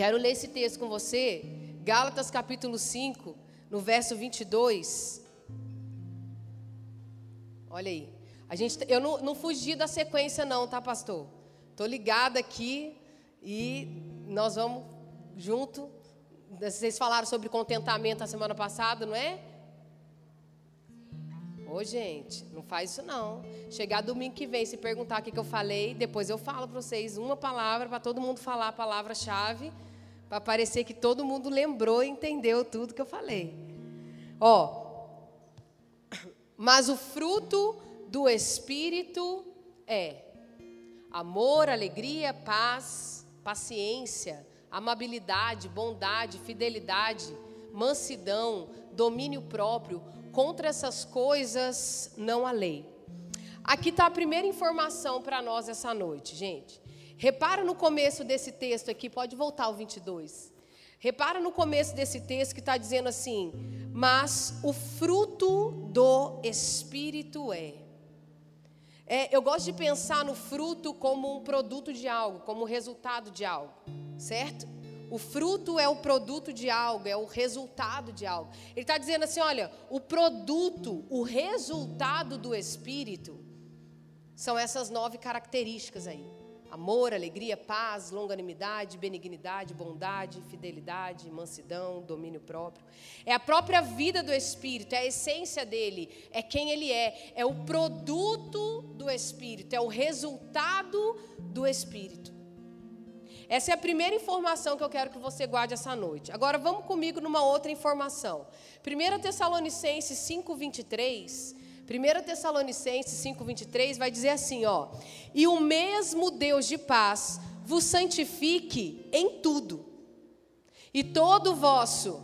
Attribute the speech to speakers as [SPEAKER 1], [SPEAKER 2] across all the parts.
[SPEAKER 1] quero ler esse texto com você, Gálatas capítulo 5, no verso 22. Olha aí. Eu não fugi da sequência não, tá, pastor? Estou ligada aqui e nós vamos junto. Vocês falaram sobre contentamento a semana passada, não é? Ô, gente, não faz isso não. Chegar domingo que vem, se perguntar o que eu falei, depois eu falo para vocês uma palavra, para todo mundo falar a palavra-chave, para parecer que todo mundo lembrou e entendeu tudo que eu falei. Mas o fruto do Espírito é amor, alegria, paz, paciência, amabilidade, bondade, fidelidade, mansidão, domínio próprio. Contra essas coisas não há lei. Aqui está a primeira informação para nós essa noite, gente. Repara no começo desse texto aqui, pode voltar ao 22. Repara no começo desse texto que está dizendo assim: mas o fruto do Espírito eu gosto de pensar no fruto como um produto de algo, como resultado de algo, certo? O fruto é o produto de algo, é o resultado de algo. Ele está dizendo assim, olha, o produto, o resultado do Espírito são essas 9 características aí. Amor, alegria, paz, longanimidade, benignidade, bondade, fidelidade, mansidão, domínio próprio. É a própria vida do Espírito, é a essência dele, é quem ele é o produto do Espírito, é o resultado do Espírito. Essa é a primeira informação que eu quero que você guarde essa noite. Agora vamos comigo numa outra informação. 1 Tessalonicenses 5:23... 1 Tessalonicenses 5:23 vai dizer assim, e o mesmo Deus de paz vos santifique em tudo, e todo vosso,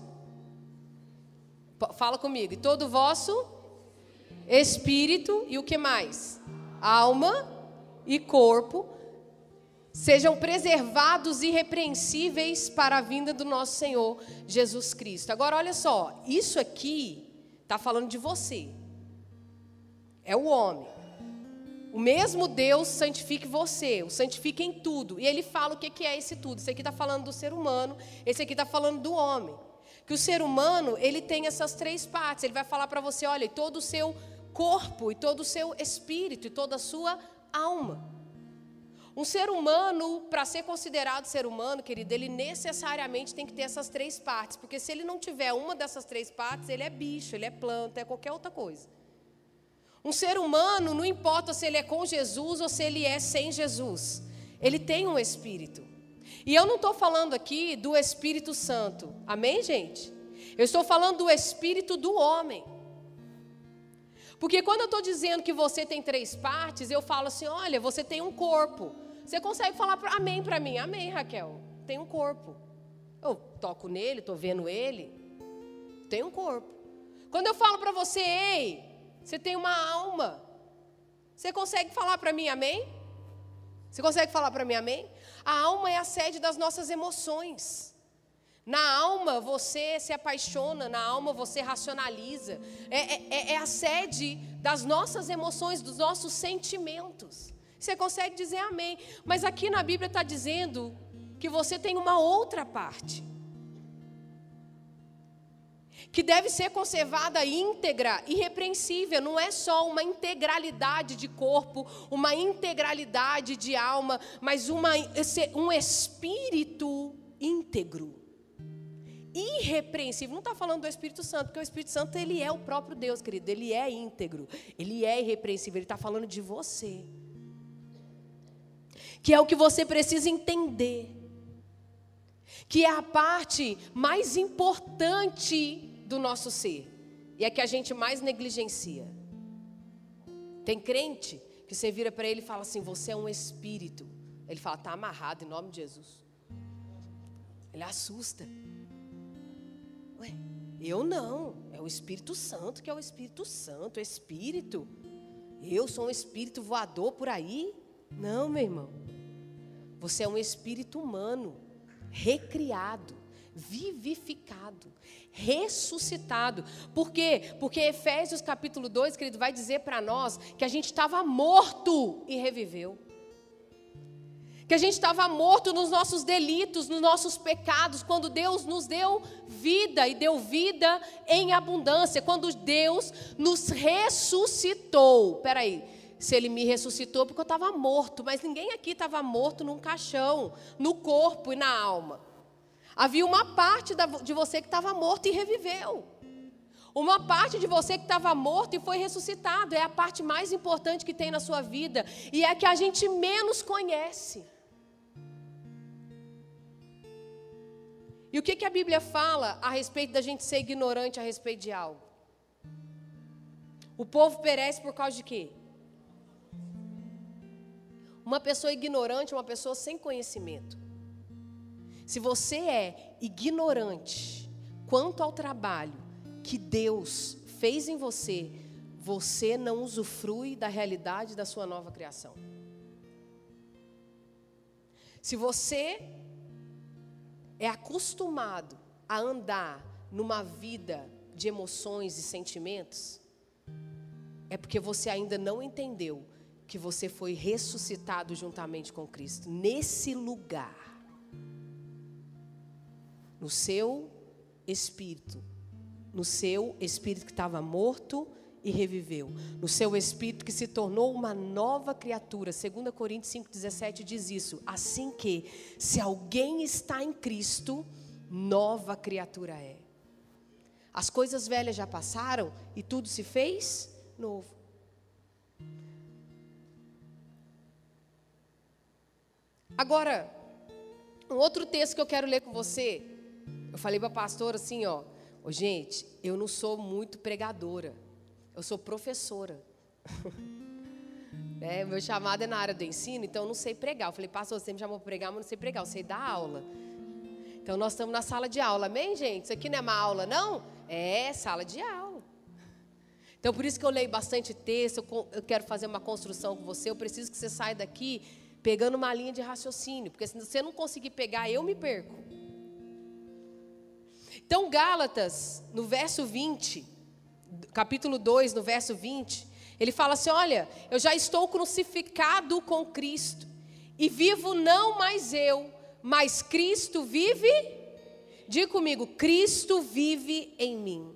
[SPEAKER 1] fala comigo, e todo vosso espírito, e o que mais? Alma e corpo, sejam preservados irrepreensíveis para a vinda do nosso Senhor Jesus Cristo. Agora olha só, isso aqui está falando de você. É o homem. O mesmo Deus santifique você, o santifica em tudo. E ele fala o que é esse tudo. Esse aqui está falando do ser humano, esse aqui está falando do homem. Que o ser humano, ele tem essas 3 partes. Ele vai falar para você, olha, todo o seu corpo, e todo o seu espírito, e toda a sua alma. Um ser humano, para ser considerado ser humano, querido, ele necessariamente tem que ter essas 3 partes. Porque se ele não tiver uma dessas 3 partes, ele é bicho, ele é planta, é qualquer outra coisa. Um ser humano, não importa se ele é com Jesus ou se ele é sem Jesus, ele tem um espírito. E eu não estou falando aqui do Espírito Santo, amém, gente? Eu estou falando do espírito do homem. Porque quando eu estou dizendo que você tem 3 partes, eu falo assim, olha, você tem um corpo. Você consegue falar amém para mim? Amém, Raquel, tem um corpo. Eu toco nele, estou vendo ele, tem um corpo. Quando eu falo para você, ei, você tem uma alma. Você consegue falar para mim amém? Você consegue falar para mim amém? A alma é a sede das nossas emoções. Na alma você se apaixona, na alma você racionaliza. É a sede das nossas emoções, dos nossos sentimentos. Você consegue dizer amém. Mas aqui na Bíblia está dizendo que você tem uma outra parte, que deve ser conservada íntegra, irrepreensível. Não é só uma integralidade de corpo, uma integralidade de alma, mas um espírito íntegro, irrepreensível. Não está falando do Espírito Santo, porque o Espírito Santo, ele é o próprio Deus, querido. Ele é íntegro, ele é irrepreensível. Ele está falando de você, que é o que você precisa entender, que é a parte mais importante do nosso ser, e é que a gente mais negligencia. Tem crente que você vira para ele e fala assim, você é um espírito. Ele fala, está amarrado em nome de Jesus. Ele assusta. Ué, eu não, é o Espírito Santo que é o Espírito Santo, espírito. Eu sou um espírito voador por aí? Não, meu irmão. Você é um espírito humano, recriado, vivificado, ressuscitado. Por quê? Porque Efésios capítulo 2, querido, vai dizer para nós que a gente estava morto e reviveu. que a gente estava morto nos nossos delitos, nos nossos pecados, quando Deus nos deu vida e deu vida em abundância, quando Deus nos ressuscitou. Peraí, se Ele me ressuscitou porque eu estava morto, mas ninguém aqui estava morto num caixão, no corpo e na alma. Havia uma parte de você que estava morto e reviveu. Uma parte de você que estava morto e foi ressuscitado. É a parte mais importante que tem na sua vida. E é a que a gente menos conhece. E o que a Bíblia fala a respeito da gente ser ignorante a respeito de algo? O povo perece por causa de quê? Uma pessoa ignorante é uma pessoa sem conhecimento. Se você é ignorante quanto ao trabalho que Deus fez em você, você não usufrui da realidade da sua nova criação. Se você é acostumado a andar numa vida de emoções e sentimentos, é porque você ainda não entendeu que você foi ressuscitado juntamente com Cristo. Nesse lugar, no seu espírito que estava morto e reviveu, no seu espírito que se tornou uma nova criatura. 2 Coríntios 5,17 diz isso. Assim que, se alguém está em Cristo, nova criatura é. As coisas velhas já passaram e tudo se fez novo. Agora, um outro texto que eu quero ler com você. Eu falei para a pastora assim, gente, eu não sou muito pregadora, eu sou professora. Meu chamado é na área do ensino, então eu não sei pregar. Eu falei, pastor, você me chamou para pregar, mas eu não sei pregar, eu sei dar aula. Então nós estamos na sala de aula, amém, gente? Isso aqui não é uma aula, não? É sala de aula. Então por isso que eu leio bastante texto, eu quero fazer uma construção com você, eu preciso que você saia daqui pegando uma linha de raciocínio, porque se você não conseguir pegar, eu me perco. Então, Gálatas, no verso 20, capítulo 2, no verso 20, ele fala assim, olha, eu já estou crucificado com Cristo, e vivo não mais eu, mas Cristo vive, diga comigo, Cristo vive em mim.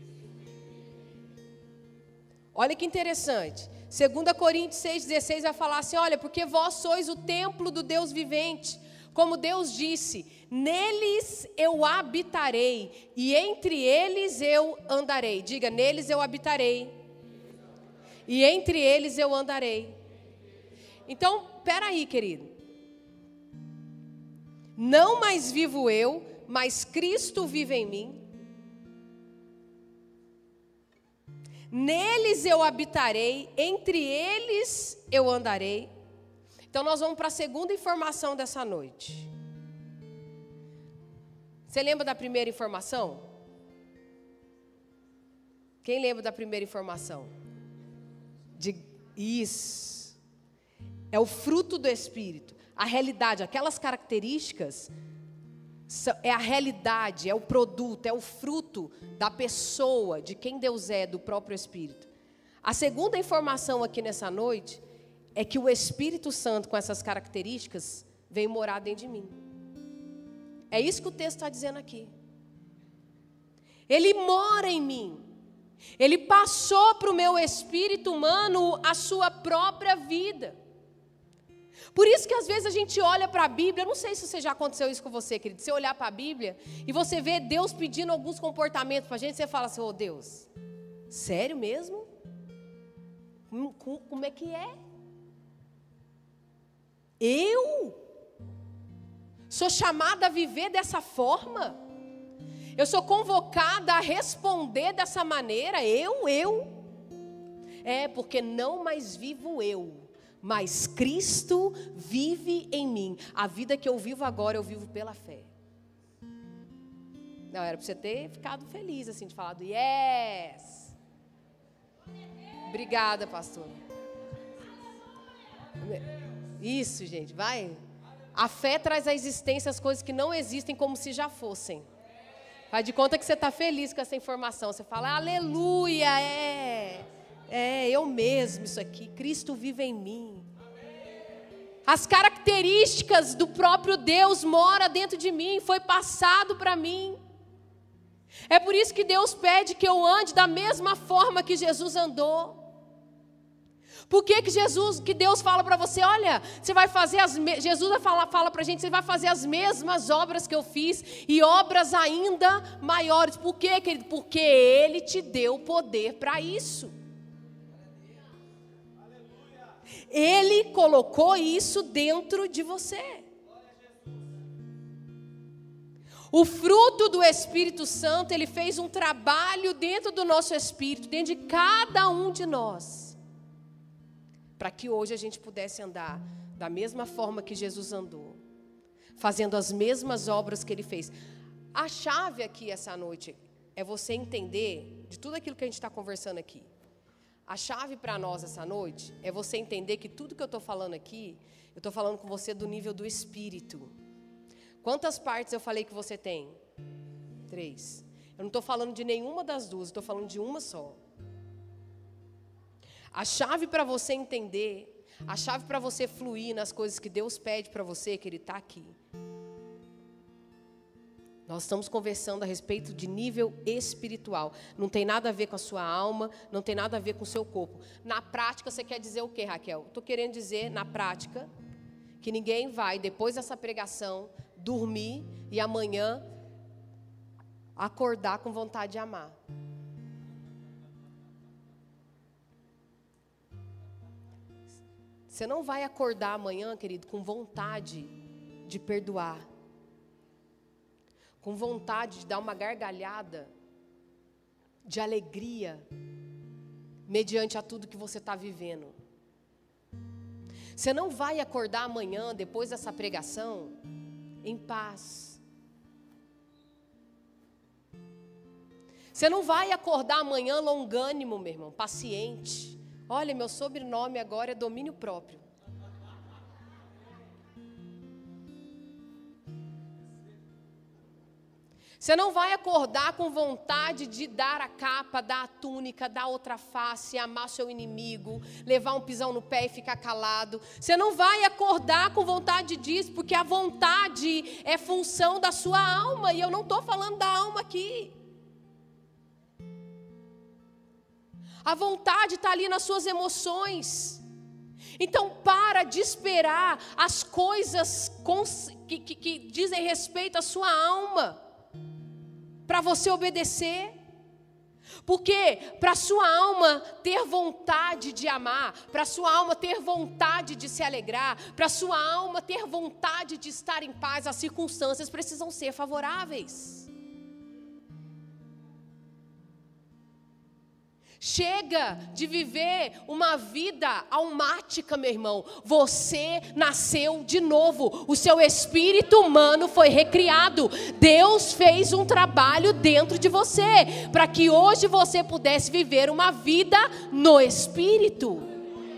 [SPEAKER 1] Olha que interessante, 2 Coríntios 6,16 vai falar assim, olha, porque vós sois o templo do Deus vivente, como Deus disse, neles eu habitarei, e entre eles eu andarei. Diga, neles eu habitarei, e entre eles eu andarei. Então, peraí, querido. Não mais vivo eu, mas Cristo vive em mim. Neles eu habitarei, entre eles eu andarei. Então nós vamos para a segunda informação dessa noite. Você lembra da primeira informação? Quem lembra da primeira informação? Isso. É o fruto do Espírito. A realidade, aquelas características, é a realidade, é o produto, é o fruto da pessoa, de quem Deus é, do próprio Espírito. A segunda informação aqui nessa noite é que o Espírito Santo, com essas características, veio morar dentro de mim. É isso que o texto está dizendo aqui. Ele mora em mim. Ele passou para o meu espírito humano a sua própria vida. Por isso que às vezes a gente olha para a Bíblia, eu não sei se já aconteceu isso com você, querido. Você olhar para a Bíblia e você vê Deus pedindo alguns comportamentos para a gente, você fala assim, Deus, sério mesmo? Como é que é? Eu sou chamada a viver dessa forma? Eu sou convocada a responder dessa maneira? É porque não mais vivo eu, mas Cristo vive em mim. A vida que eu vivo agora, eu vivo pela fé. Não, era para você ter ficado feliz, assim, de falar do yes. Obrigada, pastor. Isso, gente, vai. A fé traz à existência as coisas que não existem como se já fossem. Faz de conta que você está feliz com essa informação. Você fala, aleluia, eu mesmo isso aqui. Cristo vive em mim. As características do próprio Deus moram dentro de mim, foi passado para mim. É por isso que Deus pede que eu ande da mesma forma que Jesus andou. Por que Deus fala para você, olha, você vai fazer Jesus fala para a gente, você vai fazer as mesmas obras que eu fiz e obras ainda maiores. Por quê, querido? Porque Ele te deu poder para isso. Ele colocou isso dentro de você. O fruto do Espírito Santo, Ele fez um trabalho dentro do nosso espírito, dentro de cada um de nós, para que hoje a gente pudesse andar da mesma forma que Jesus andou, fazendo as mesmas obras que Ele fez. A chave aqui essa noite é você entender de tudo aquilo que a gente está conversando aqui. A chave para nós essa noite é você entender que tudo que eu estou falando aqui, eu estou falando com você do nível do Espírito. Quantas partes eu falei que você tem? 3. Eu não estou falando de nenhuma das duas, estou falando de uma só. A chave para você entender, a chave para você fluir nas coisas que Deus pede para você, que Ele está aqui. Nós estamos conversando a respeito de nível espiritual. Não tem nada a ver com a sua alma, não tem nada a ver com o seu corpo. Na prática, você quer dizer o quê, Raquel? Estou querendo dizer, na prática, que ninguém vai, depois dessa pregação, dormir e amanhã acordar com vontade de amar. Você não vai acordar amanhã, querido, com vontade de perdoar, com vontade de dar uma gargalhada de alegria mediante a tudo que você está vivendo. Você não vai acordar amanhã, depois dessa pregação, em paz. Você não vai acordar amanhã longânimo, meu irmão, paciente. Olha, meu sobrenome agora é domínio próprio. Você não vai acordar com vontade de dar a capa, dar a túnica, dar outra face, amar seu inimigo, levar um pisão no pé e ficar calado. Você não vai acordar com vontade disso, porque a vontade é função da sua alma, e eu não estou falando da alma aqui. A vontade está ali nas suas emoções. Então para de esperar as coisas que dizem respeito à sua alma para você obedecer. Porque para a sua alma ter vontade de amar, para a sua alma ter vontade de se alegrar, para a sua alma ter vontade de estar em paz, as circunstâncias precisam ser favoráveis. Chega de viver uma vida almática, meu irmão. Você nasceu de novo. O seu espírito humano foi recriado. Deus fez um trabalho dentro de você, para que hoje você pudesse viver uma vida no espírito.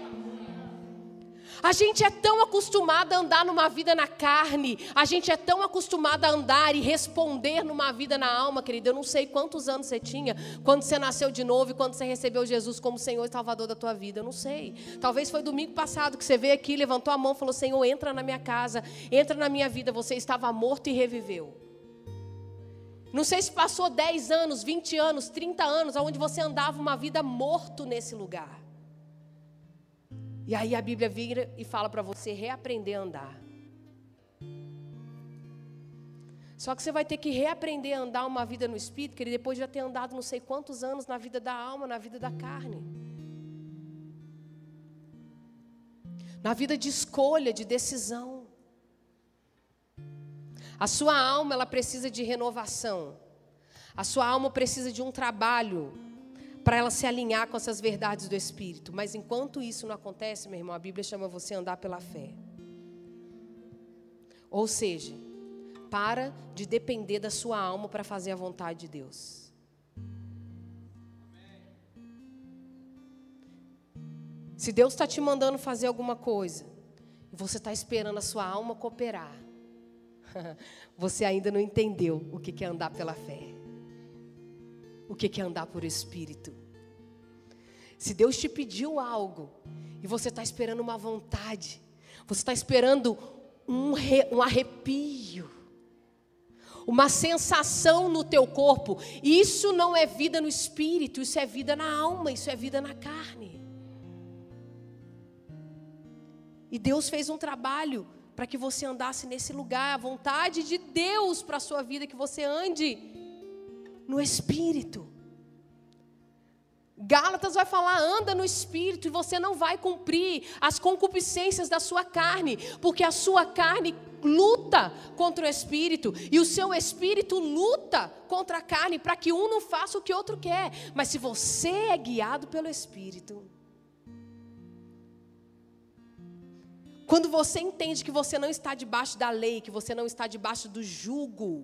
[SPEAKER 1] A gente é tão acostumado a andar numa vida na carne, a gente é tão acostumado a andar e responder numa vida na alma, querido. Eu não sei quantos anos você tinha quando você nasceu de novo e quando você recebeu Jesus como Senhor e Salvador da tua vida. Eu não sei. Talvez foi domingo passado que você veio aqui, levantou a mão e falou: Senhor, entra na minha casa, entra na minha vida. Você estava morto e reviveu. Não sei se passou 10 anos, 20 anos, 30 anos, onde você andava uma vida morto nesse lugar. E aí a Bíblia vira e fala para você reaprender a andar. Só que você vai ter que reaprender a andar uma vida no Espírito, que ele depois de já ter andado não sei quantos anos na vida da alma, na vida da carne. Na vida de escolha, de decisão. A sua alma, ela precisa de renovação. A sua alma precisa de um trabalho para ela se alinhar com essas verdades do Espírito. Mas enquanto isso não acontece, meu irmão, a Bíblia chama você a andar pela fé. Ou seja, para de depender da sua alma para fazer a vontade de Deus. Se Deus está te mandando fazer alguma coisa, e você está esperando a sua alma cooperar, você ainda não entendeu o que é andar pela fé. O que é andar por Espírito. Se Deus te pediu algo e você está esperando uma vontade, Você está esperando um arrepio, uma sensação no teu corpo. Isso não é vida no espírito, isso é vida na alma, isso é vida na carne. E Deus fez um trabalho para que você andasse nesse lugar. A vontade de Deus para a sua vida é que você ande no espírito. Gálatas vai falar, anda no espírito, e você não vai cumprir as concupiscências da sua carne, porque a sua carne luta contra o espírito, e o seu espírito luta contra a carne, para que um não faça o que o outro quer. Mas se você é guiado pelo espírito, quando você entende que você não está debaixo da lei, que você não está debaixo do jugo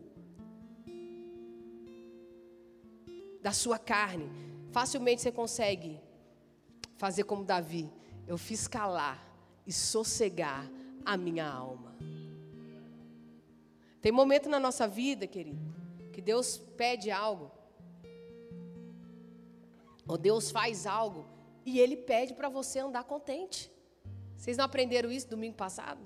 [SPEAKER 1] da sua carne, facilmente você consegue fazer como Davi: eu fiz calar e sossegar a minha alma. Tem momento na nossa vida, querido, que Deus pede algo, ou Deus faz algo, e Ele pede para você andar contente. Vocês não aprenderam isso domingo passado?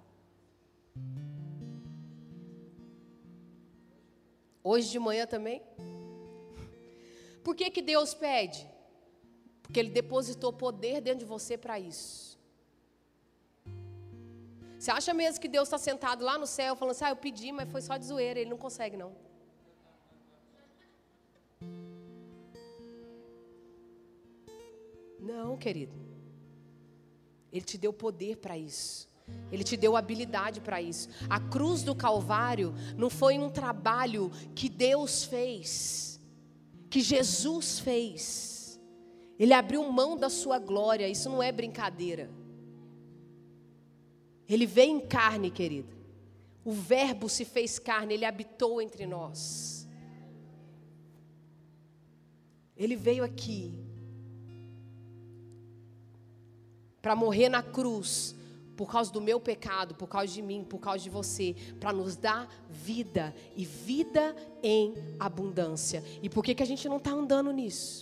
[SPEAKER 1] Hoje de manhã também? Por que Deus pede? Porque Ele depositou poder dentro de você para isso. Você acha mesmo que Deus está sentado lá no céu falando assim: eu pedi, mas foi só de zoeira? Ele não consegue, não. Não, querido. Ele te deu poder para isso. Ele te deu habilidade para isso. A cruz do Calvário não foi um trabalho que Deus fez, que Jesus fez. Ele abriu mão da sua glória. Isso não é brincadeira. Ele veio em carne, querida. O Verbo se fez carne, Ele habitou entre nós. Ele veio aqui para morrer na cruz, por causa do meu pecado, por causa de mim, por causa de você, para nos dar vida, e vida em abundância. E por que a gente não está andando nisso?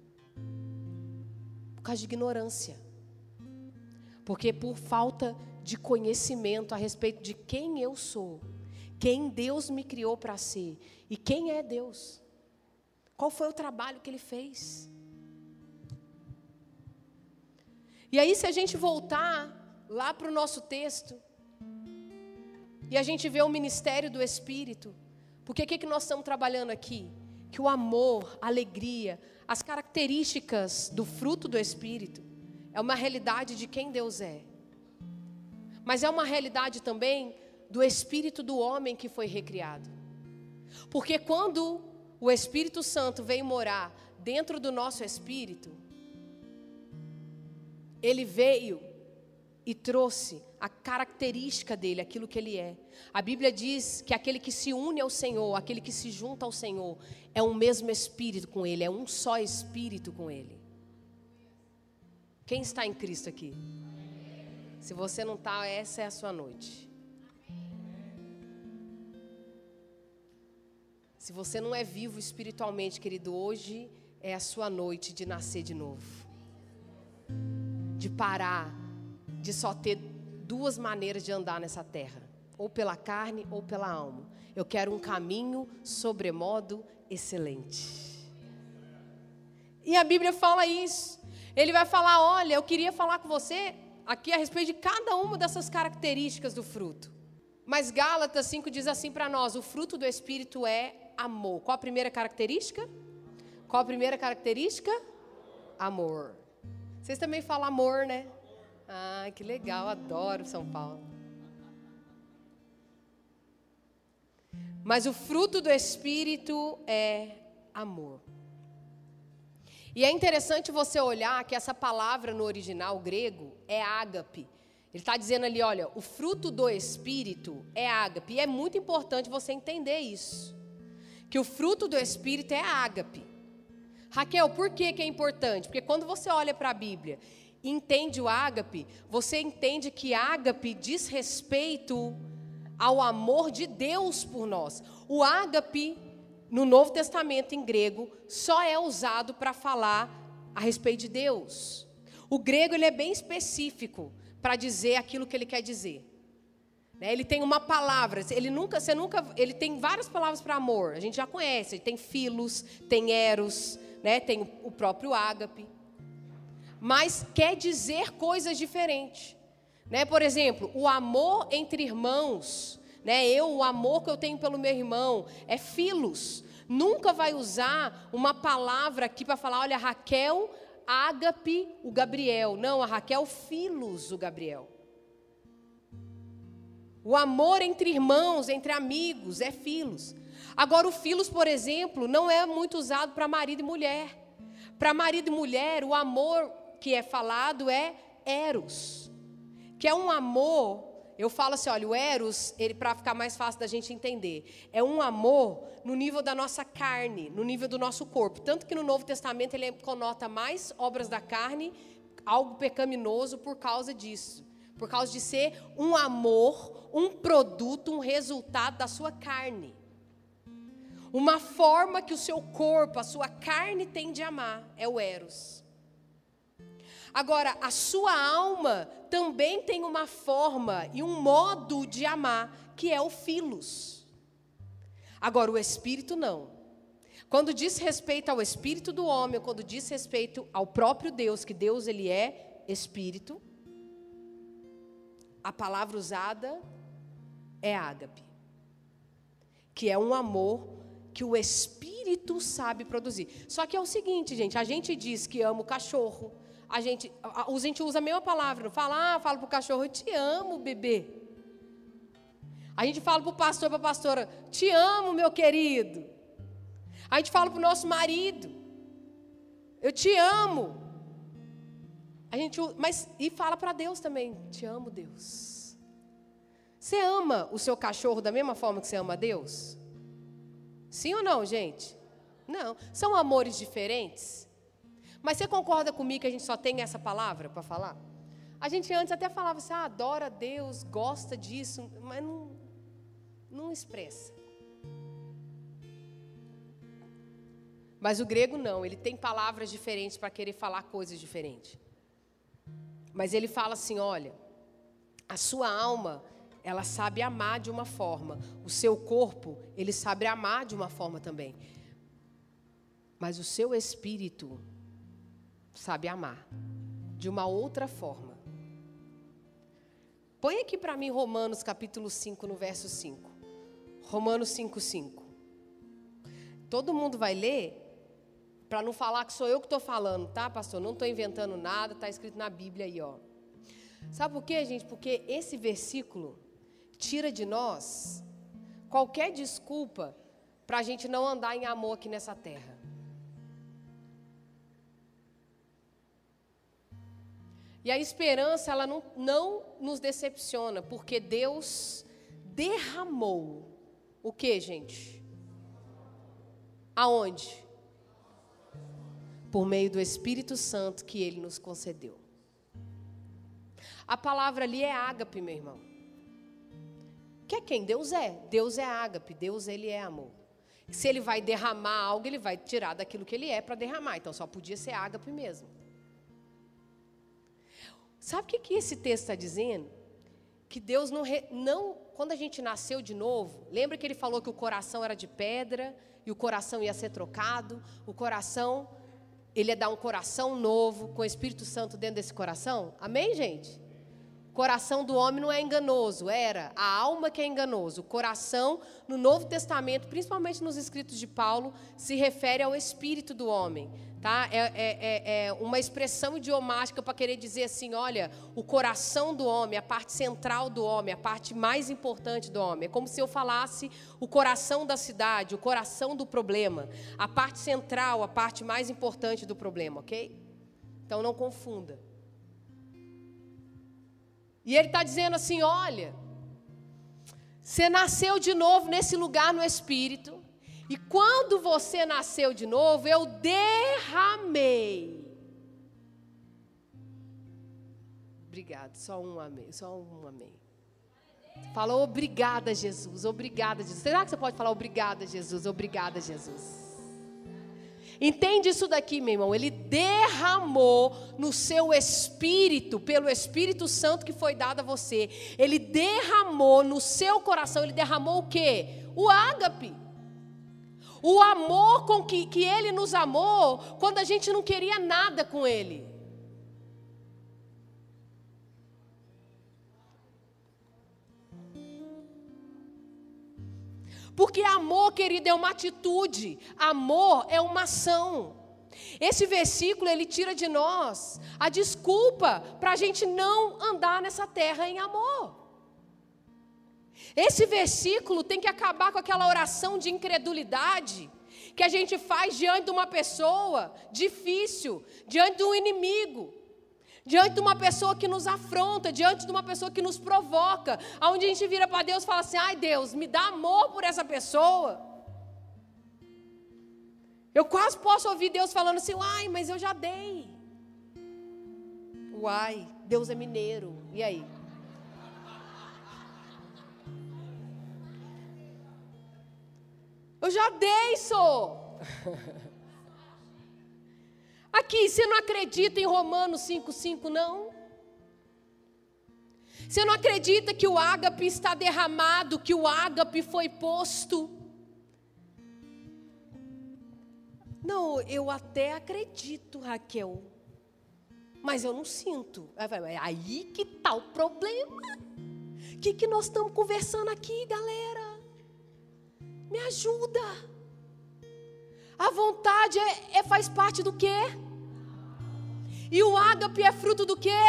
[SPEAKER 1] Por causa de ignorância. Porque por falta de conhecimento a respeito de quem eu sou, quem Deus me criou para ser, e quem é Deus. Qual foi o trabalho que Ele fez? E aí, se a gente voltar lá para o nosso texto, e a gente vê o ministério do Espírito, porque o que nós estamos trabalhando aqui? Que o amor, a alegria, as características do fruto do Espírito, é uma realidade de quem Deus é. Mas é uma realidade também do espírito do homem que foi recriado. Porque quando o Espírito Santo veio morar dentro do nosso espírito, Ele veio e trouxe a característica dele, aquilo que ele é. A Bíblia diz que aquele que se une ao Senhor, aquele que se junta ao Senhor, é um mesmo espírito com Ele, é um só espírito com Ele. Quem está em Cristo aqui? Se você não está, essa é a sua noite. Se você não é vivo espiritualmente, querido, hoje é a sua noite de nascer de novo. De parar, de só ter duas maneiras de andar nessa terra. Ou pela carne ou pela alma. Eu quero um caminho sobremodo excelente. E a Bíblia fala isso. Ele vai falar: olha, eu queria falar com você aqui a respeito de cada uma dessas características do fruto. Mas Gálatas 5 diz assim para nós: o fruto do Espírito é amor. Qual a primeira característica? Qual a primeira característica? Amor. Vocês também falam amor, né? Ah, que legal, adoro São Paulo. Mas o fruto do Espírito é amor. E é interessante você olhar que essa palavra no original grego é ágape. Ele está dizendo ali, olha, o fruto do Espírito é ágape. E é muito importante você entender isso. Que o fruto do Espírito é ágape. Raquel, por que é importante? Porque quando você olha para a Bíblia e entende o ágape, você entende que ágape diz respeito ao amor de Deus por nós. O ágape, no Novo Testamento em grego, só é usado para falar a respeito de Deus. O grego ele é bem específico para dizer aquilo que ele quer dizer. Ele tem uma palavra, ele tem várias palavras para amor, a gente já conhece, tem filos, tem eros, tem o próprio ágape, mas quer dizer coisas diferentes. Por exemplo, o amor entre irmãos, o amor que eu tenho pelo meu irmão é filos. Nunca vai usar uma palavra aqui para falar, olha, Raquel, ágape, o Gabriel. Não, a Raquel, filos, o Gabriel. O amor entre irmãos, entre amigos, é filos. Agora, o filos, por exemplo, não é muito usado para marido e mulher. Para marido e mulher, o amor que é falado é eros, que é um amor, eu falo assim, olha, o eros, para ficar mais fácil da gente entender, é um amor no nível da nossa carne, no nível do nosso corpo. Tanto que no Novo Testamento ele conota mais obras da carne, algo pecaminoso por causa disso. Por causa de ser um amor, um produto, um resultado da sua carne. Uma forma que o seu corpo, a sua carne tem de amar, é o eros. Agora, a sua alma também tem uma forma e um modo de amar, que é o filos. Agora, o espírito não. Quando diz respeito ao espírito do homem, quando diz respeito ao próprio Deus, que Deus ele é espírito, a palavra usada é ágape, que é um amor que o Espírito sabe produzir. Só que é o seguinte, gente, a gente diz que ama o cachorro, a gente usa a mesma palavra, não fala, fala para o cachorro, eu te amo, bebê. A gente fala para o pastor, para a pastora, te amo, meu querido. A gente fala para o nosso marido, eu te amo. E fala para Deus também, te amo, Deus. Você ama o seu cachorro da mesma forma que você ama a Deus? Sim ou não, gente? Não. São amores diferentes? Mas você concorda comigo que a gente só tem essa palavra para falar? A gente antes até falava assim, adora a Deus, gosta disso, mas não expressa. Mas o grego não, ele tem palavras diferentes para querer falar coisas diferentes. Mas ele fala assim, olha, a sua alma, ela sabe amar de uma forma. O seu corpo, ele sabe amar de uma forma também. Mas o seu espírito sabe amar de uma outra forma. Põe aqui para mim Romanos capítulo 5, no verso 5. Romanos 5:5. Todo mundo vai ler, para não falar que sou eu que estou falando, tá, pastor? Não estou inventando nada, está escrito na Bíblia aí, ó. Sabe por quê, gente? Porque esse versículo tira de nós qualquer desculpa para a gente não andar em amor aqui nessa terra. E a esperança, ela não nos decepciona, porque Deus derramou o quê, gente? Aonde? Por meio do Espírito Santo que Ele nos concedeu. A palavra ali é ágape, meu irmão. Que é quem Deus é? Deus é ágape, Deus ele é amor. Se Ele vai derramar algo, Ele vai tirar daquilo que Ele é para derramar. Então só podia ser ágape mesmo. Sabe o que esse texto está dizendo? Que Deus não, quando a gente nasceu de novo, lembra que Ele falou que o coração era de pedra e o coração ia ser trocado? O coração, Ele ia dar um coração novo com o Espírito Santo dentro desse coração? Amém, gente? O coração do homem não é enganoso, era a alma que é enganoso. O coração, no Novo Testamento, principalmente nos escritos de Paulo, se refere ao espírito do homem. Tá? É uma expressão idiomática para querer dizer assim, olha, o coração do homem, a parte central do homem, a parte mais importante do homem. É como se eu falasse o coração da cidade, o coração do problema, a parte central, a parte mais importante do problema, ok? Então não confunda. E ele está dizendo assim, olha, você nasceu de novo nesse lugar no Espírito, e quando você nasceu de novo, eu derramei. Obrigado, só um amém. Fala, obrigada, Jesus, obrigada, Jesus. Será que você pode falar obrigada, Jesus, obrigada, Jesus? Entende isso daqui, meu irmão? Ele derramou no seu espírito, pelo Espírito Santo que foi dado a você. Ele derramou no seu coração, ele derramou o quê? O ágape. O amor com que ele nos amou quando a gente não queria nada com ele. Porque amor, querido, é uma atitude. Amor é uma ação. Esse versículo, ele tira de nós a desculpa para a gente não andar nessa terra em amor. Esse versículo tem que acabar com aquela oração de incredulidade que a gente faz diante de uma pessoa difícil, diante de um inimigo, diante de uma pessoa que nos afronta, diante de uma pessoa que nos provoca, onde a gente vira para Deus e fala assim: ai Deus, me dá amor por essa pessoa. Eu quase posso ouvir Deus falando assim: uai, mas eu já dei. Uai, Deus é mineiro, e aí? Eu já dei, sou. Aqui, você não acredita em Romanos 5,5, não? Você não acredita que o ágape está derramado, que o ágape foi posto? Não, eu até acredito, Raquel, mas eu não sinto. Aí que está o problema. O que nós estamos conversando aqui, galera? Me ajuda. A vontade faz parte do quê? E o ágape é fruto do quê?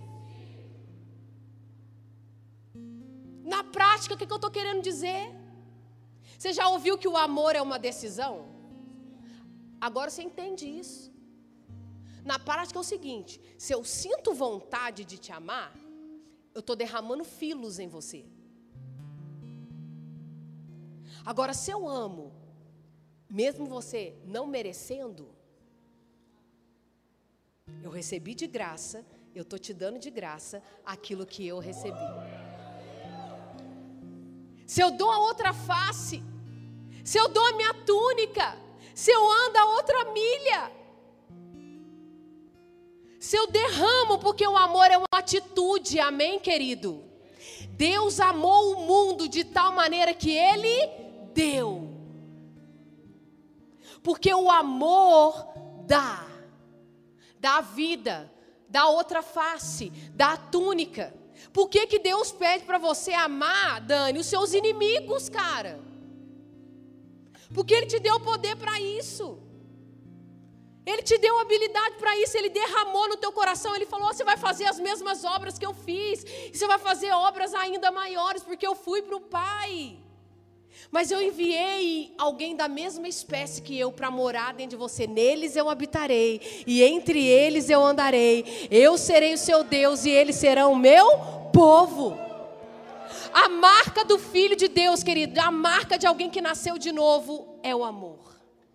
[SPEAKER 1] Na prática, o que eu estou querendo dizer? Você já ouviu que o amor é uma decisão? Agora você entende isso. Na prática é o seguinte: se eu sinto vontade de te amar, eu estou derramando filos em você. Agora, se eu amo, mesmo você não merecendo, eu recebi de graça, eu estou te dando de graça aquilo que eu recebi. Se eu dou a outra face, se eu dou a minha túnica, se eu ando a outra milha, se eu derramo, porque o amor é uma atitude, amém, querido? Deus amou o mundo de tal maneira que Ele deu. Porque o amor dá a vida, dá outra face, dá a túnica. Por que Deus pede para você amar, Dani, os seus inimigos, cara? Porque Ele te deu poder para isso. Ele te deu habilidade para isso, Ele derramou no teu coração, Ele falou: você vai fazer as mesmas obras que eu fiz, e você vai fazer obras ainda maiores, porque eu fui para o Pai. Mas eu enviei alguém da mesma espécie que eu para morar dentro de você. Neles eu habitarei, e entre eles eu andarei. Eu serei o seu Deus, e eles serão o meu povo. A marca do Filho de Deus, querido, a marca de alguém que nasceu de novo é o amor.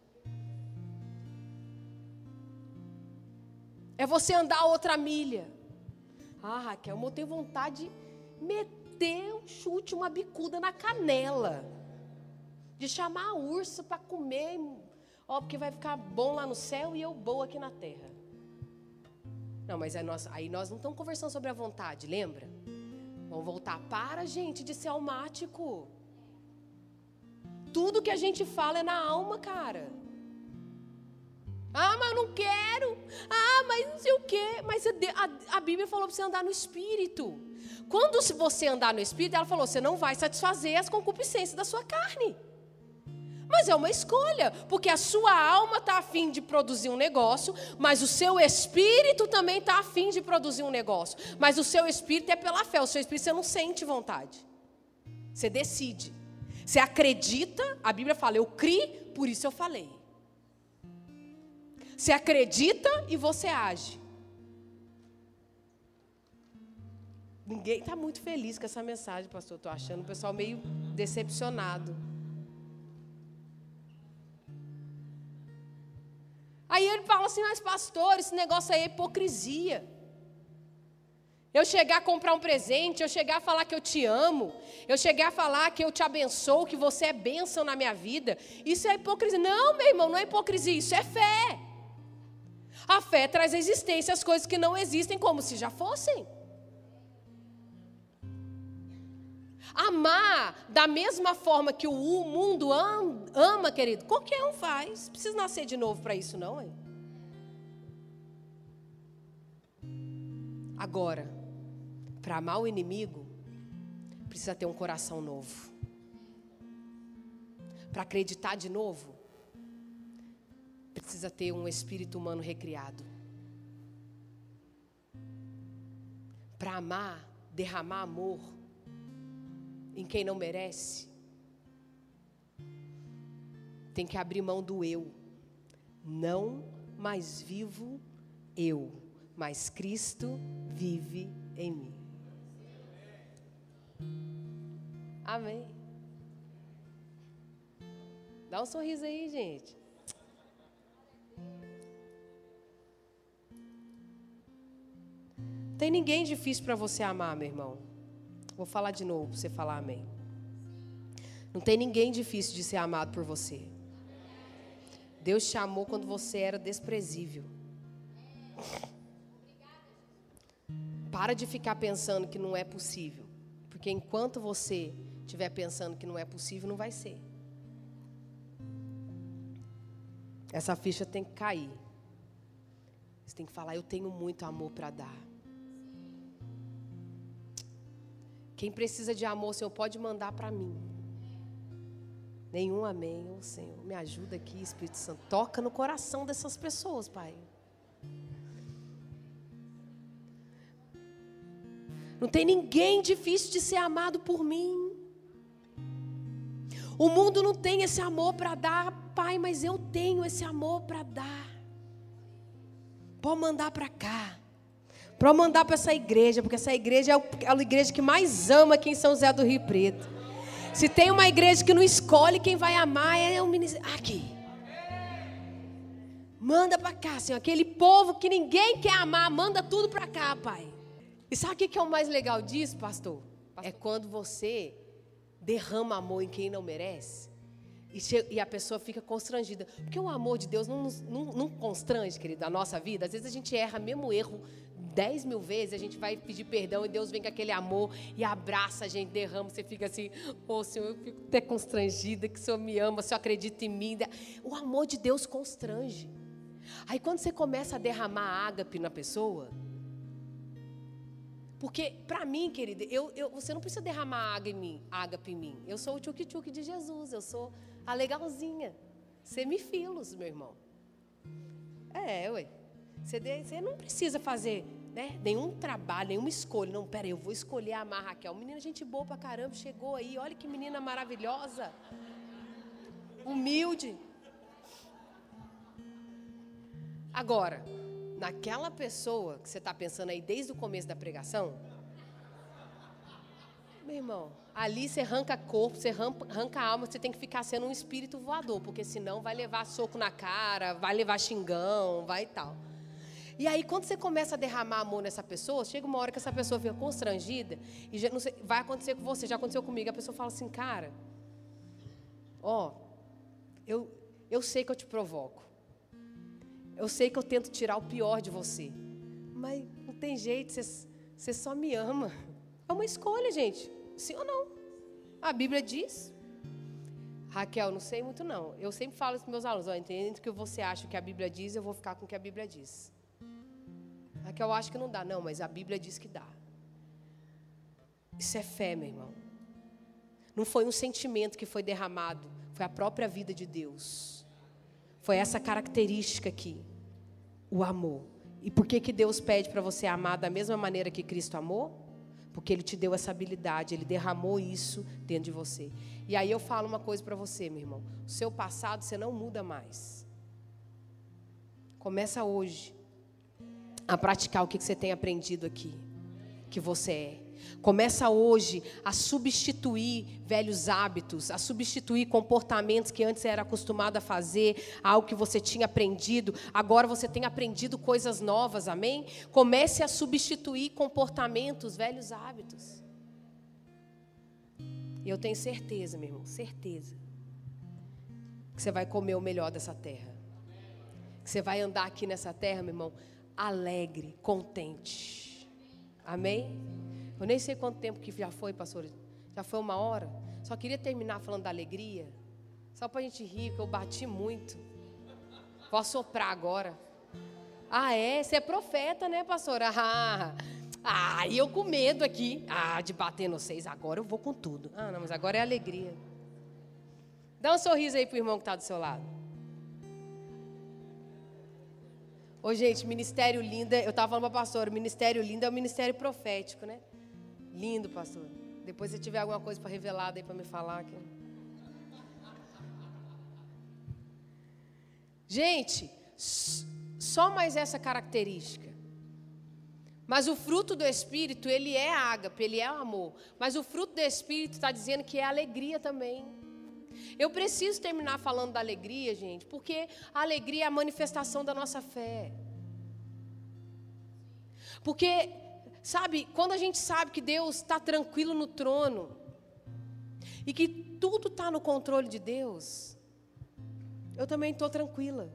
[SPEAKER 1] É você andar outra milha. Ah, Raquel, eu tenho vontade de meter um chute, uma bicuda na canela. De chamar a ursa para comer, ó, porque vai ficar bom lá no céu e eu boa aqui na terra. Não, mas aí nós não estamos conversando sobre a vontade, lembra? Vamos voltar. Para, gente, de ser almático. Tudo que a gente fala é na alma, cara. Ah, mas eu não quero. Ah, mas não sei o quê. Mas a Bíblia falou para você andar no Espírito. Quando você andar no Espírito, ela falou: você não vai satisfazer as concupiscências da sua carne. Mas é uma escolha, porque a sua alma está a fim de produzir um negócio, mas o seu espírito também está a fim de produzir um negócio. Mas o seu espírito é pela fé, o seu espírito você não sente vontade. Você decide. Você acredita, a Bíblia fala: eu criei, por isso eu falei. Você acredita e você age. Ninguém está muito feliz com essa mensagem, pastor. Estou achando o pessoal meio decepcionado. Aí ele fala assim: mas pastor, esse negócio aí é hipocrisia. Eu chegar a comprar um presente, eu chegar a falar que eu te amo, eu chegar a falar que eu te abençoo, que você é bênção na minha vida. Isso é hipocrisia. Não, meu irmão, não é hipocrisia, isso é fé. A fé traz à existência as coisas que não existem como se já fossem. Amar da mesma forma que o mundo ama, querido, qualquer um faz. Não precisa nascer de novo para isso, não, hein? Agora, para amar o inimigo, precisa ter um coração novo. Para acreditar de novo, precisa ter um espírito humano recriado. Para amar, derramar amor em quem não merece, tem que abrir mão do eu. Não mais vivo eu, mas Cristo vive em mim. Amém. Dá um sorriso aí, gente. Não tem ninguém difícil para você amar, meu irmão. Vou falar de novo para você falar amém. Não tem ninguém difícil de ser amado por você. Deus te amou quando você era desprezível. Para de ficar pensando que não é possível. Porque enquanto você estiver pensando que não é possível, não vai ser. Essa ficha tem que cair. Você tem que falar, eu tenho muito amor para dar. Quem precisa de amor, o Senhor pode mandar para mim. Nenhum amém. Ô Senhor, me ajuda aqui, Espírito Santo. Toca no coração dessas pessoas, Pai. Não tem ninguém difícil de ser amado por mim. O mundo não tem esse amor para dar, Pai, mas eu tenho esse amor para dar. Pode mandar para cá. Para mandar para essa igreja, porque essa igreja é a igreja que mais ama aqui em São José do Rio Preto. Se tem uma igreja que não escolhe quem vai amar, é o ministério. Aqui. Manda para cá, Senhor. Aquele povo que ninguém quer amar, manda tudo para cá, Pai. E sabe o que é o mais legal disso, pastor? É quando você derrama amor em quem não merece. E a pessoa fica constrangida. Porque o amor de Deus não constrange, querido, a nossa vida. Às vezes a gente erra mesmo erro 10 mil vezes, a gente vai pedir perdão e Deus vem com aquele amor e abraça a gente, derrama, você fica assim, ô Senhor, eu fico até constrangida que o Senhor me ama, o Senhor acredita em mim. O amor de Deus constrange. Aí quando você começa a derramar ágape na pessoa, porque para mim, querida, você não precisa derramar ágape em mim. Eu sou o tchuque-tchuque de Jesus, eu sou a legalzinha. Semifilos, meu irmão. Ué. Você não precisa fazer, né, nenhum trabalho, nenhuma escolha. Não, peraí, eu vou escolher amar a Raquel. Menina, gente boa pra caramba, chegou aí. Olha que menina maravilhosa. Humilde. Agora, naquela pessoa que você está pensando aí desde o começo da pregação, meu irmão, ali você arranca corpo, você arranca alma, você tem que ficar sendo um espírito voador, porque senão vai levar soco na cara, vai levar xingão, vai e tal. E aí, quando você começa a derramar amor nessa pessoa, chega uma hora que essa pessoa fica constrangida, e já, não sei, vai acontecer com você, já aconteceu comigo, a pessoa fala assim, cara, eu sei que eu te provoco, eu sei que eu tento tirar o pior de você, mas não tem jeito, você só me ama. É uma escolha, gente, sim ou não? A Bíblia diz. Raquel, não sei muito não, eu sempre falo para os meus alunos, entendendo que você acha que a Bíblia diz, eu vou ficar com o que a Bíblia diz. Raquel, eu acho que não dá. Não, mas a Bíblia diz que dá. Isso é fé, meu irmão. Não foi um sentimento que foi derramado. Foi a própria vida de Deus. Foi essa característica aqui. O amor. E por que Deus pede para você amar da mesma maneira que Cristo amou? Porque Ele te deu essa habilidade. Ele derramou isso dentro de você. E aí eu falo uma coisa para você, meu irmão. O seu passado você não muda mais. Começa hoje a praticar o que você tem aprendido aqui, que você é. Começa hoje a substituir velhos hábitos, a substituir comportamentos que antes era acostumado a fazer, algo que você tinha aprendido, agora você tem aprendido coisas novas, amém? Comece a substituir comportamentos, velhos hábitos. E eu tenho certeza, meu irmão, certeza, que você vai comer o melhor dessa terra. Que você vai andar aqui nessa terra, meu irmão, alegre, contente. Amém? Eu nem sei quanto tempo que já foi, pastor. Já foi 1 hora. Só queria terminar falando da alegria. Só para a gente rir, que eu bati muito. Vou assoprar agora. Ah, é? Você é profeta, né, pastora? E eu com medo aqui. De bater nos 6. Agora eu vou com tudo. Não, mas agora é alegria. Dá um sorriso aí pro irmão que está do seu lado. Ô, gente, ministério lindo. Eu estava falando para a pastora, ministério lindo é o ministério profético, né? Lindo, pastor. Depois, se tiver alguma coisa para revelar aí para me falar. Aqui. Gente, só mais essa característica. Mas o fruto do Espírito, ele é ágape, ele é amor. Mas o fruto do Espírito está dizendo que é alegria também. Eu preciso terminar falando da alegria, gente, porque a alegria é a manifestação da nossa fé. Porque, sabe, quando a gente sabe que Deus está tranquilo no trono e que tudo está no controle de Deus, eu também estou tranquila.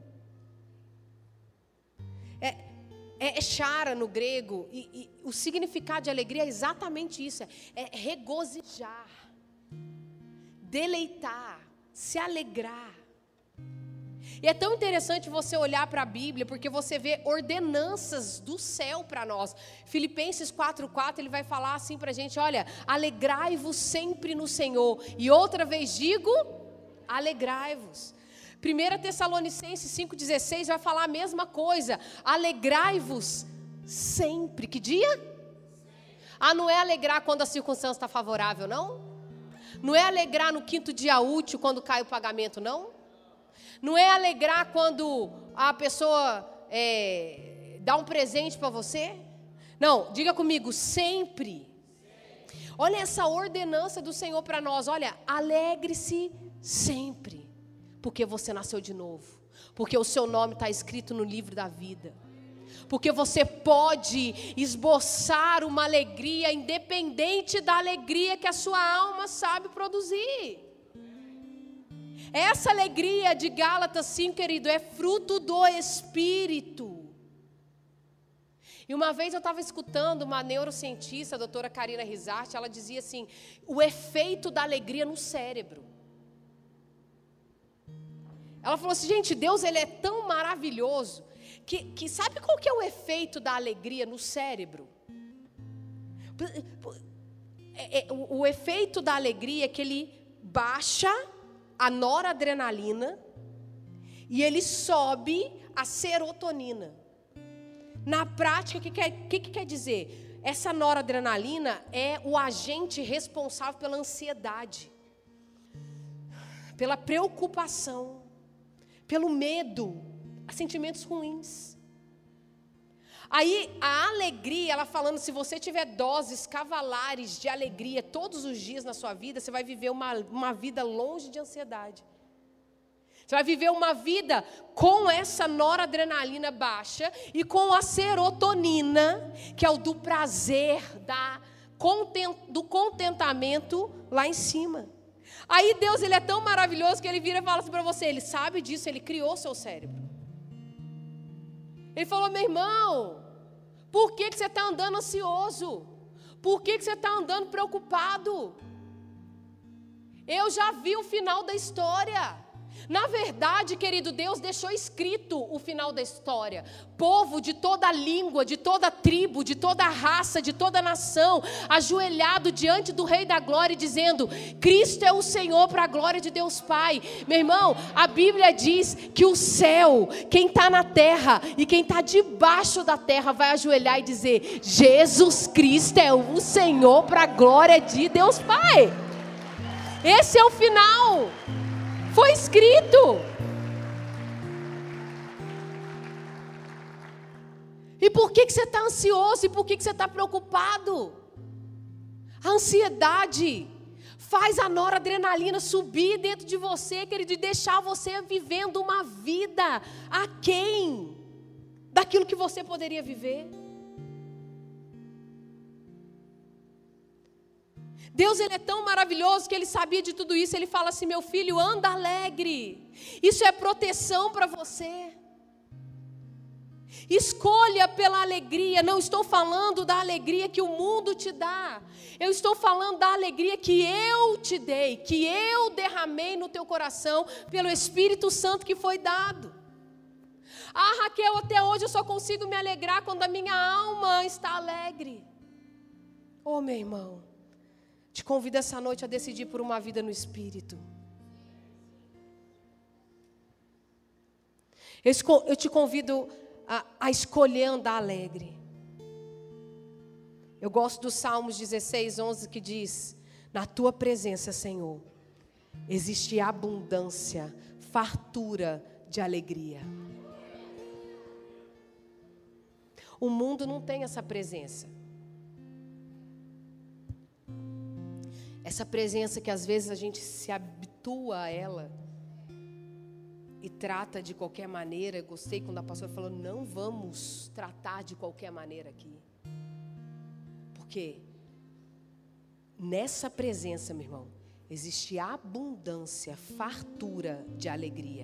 [SPEAKER 1] É chara no grego, e o significado de alegria é exatamente isso, é regozijar, deleitar, se alegrar. E é tão interessante você olhar para a Bíblia, porque você vê ordenanças do céu para nós. Filipenses 4:4, ele vai falar assim para a gente, olha, alegrai-vos sempre no Senhor. E outra vez digo, alegrai-vos. 1 Tessalonicenses 5,16 vai falar a mesma coisa. Alegrai-vos sempre. Que dia? Não é alegrar quando a circunstância está favorável, não? Não é alegrar no 5º dia útil quando cai o pagamento, não? Não é alegrar quando a pessoa dá um presente para você? Não, diga comigo, sempre. Olha essa ordenança do Senhor para nós. Olha, alegre-se sempre. Porque você nasceu de novo. Porque o seu nome está escrito no livro da vida. Porque você pode esboçar uma alegria independente da alegria que a sua alma sabe produzir. Essa alegria de Gálatas 5, querido, é fruto do Espírito. E uma vez eu estava escutando uma neurocientista, a doutora Karina Rizarte, ela dizia assim, o efeito da alegria no cérebro. Ela falou assim, gente, Deus ele é tão maravilhoso, que sabe qual que é o efeito da alegria no cérebro? O efeito da alegria é que ele baixa a noradrenalina e ele sobe a serotonina. Na prática, o que quer dizer? Essa noradrenalina é o agente responsável pela ansiedade, pela preocupação, pelo medo, sentimentos ruins. Aí a alegria, ela falando, se você tiver doses cavalares de alegria todos os dias na sua vida, você vai viver uma vida longe de ansiedade. Você vai viver uma vida com essa noradrenalina baixa e com a serotonina, que é o do prazer, do contentamento lá em cima. Aí Deus ele é tão maravilhoso que ele vira e fala assim para você, ele sabe disso, ele criou seu cérebro. Ele falou, meu irmão, por que você está andando ansioso? Por que você está andando preocupado? Eu já vi o final da história. Na verdade, querido, Deus deixou escrito o final da história. Povo de toda língua, de toda tribo, de toda raça, de toda nação, ajoelhado diante do Rei da Glória, dizendo, Cristo é o Senhor para a glória de Deus Pai. Meu irmão, a Bíblia diz que o céu, quem está na terra e quem está debaixo da terra vai ajoelhar e dizer, Jesus Cristo é o Senhor para a glória de Deus Pai. Esse é o final. Foi escrito. E por que você está ansioso? E por que você está preocupado? A ansiedade faz a noradrenalina subir dentro de você, querido, e deixar você vivendo uma vida aquém daquilo que você poderia viver. Deus, Ele é tão maravilhoso que Ele sabia de tudo isso. Ele fala assim: meu filho, anda alegre. Isso é proteção para você. Escolha pela alegria. Não estou falando da alegria que o mundo te dá. Eu estou falando da alegria que eu te dei, que eu derramei no teu coração pelo Espírito Santo que foi dado. Ah, Raquel, até hoje eu só consigo me alegrar quando a minha alma está alegre. Oh, meu irmão, te convido essa noite a decidir por uma vida no Espírito. Eu te convido a escolher andar alegre. Eu gosto do Salmos 16, 11, que diz: na tua presença, Senhor, existe abundância, fartura de alegria. O mundo não tem essa presença. Essa presença que às vezes a gente se habitua a ela e trata de qualquer maneira. Eu gostei quando a pastora falou: não vamos tratar de qualquer maneira aqui. Porque nessa presença, meu irmão, existe abundância, fartura de alegria.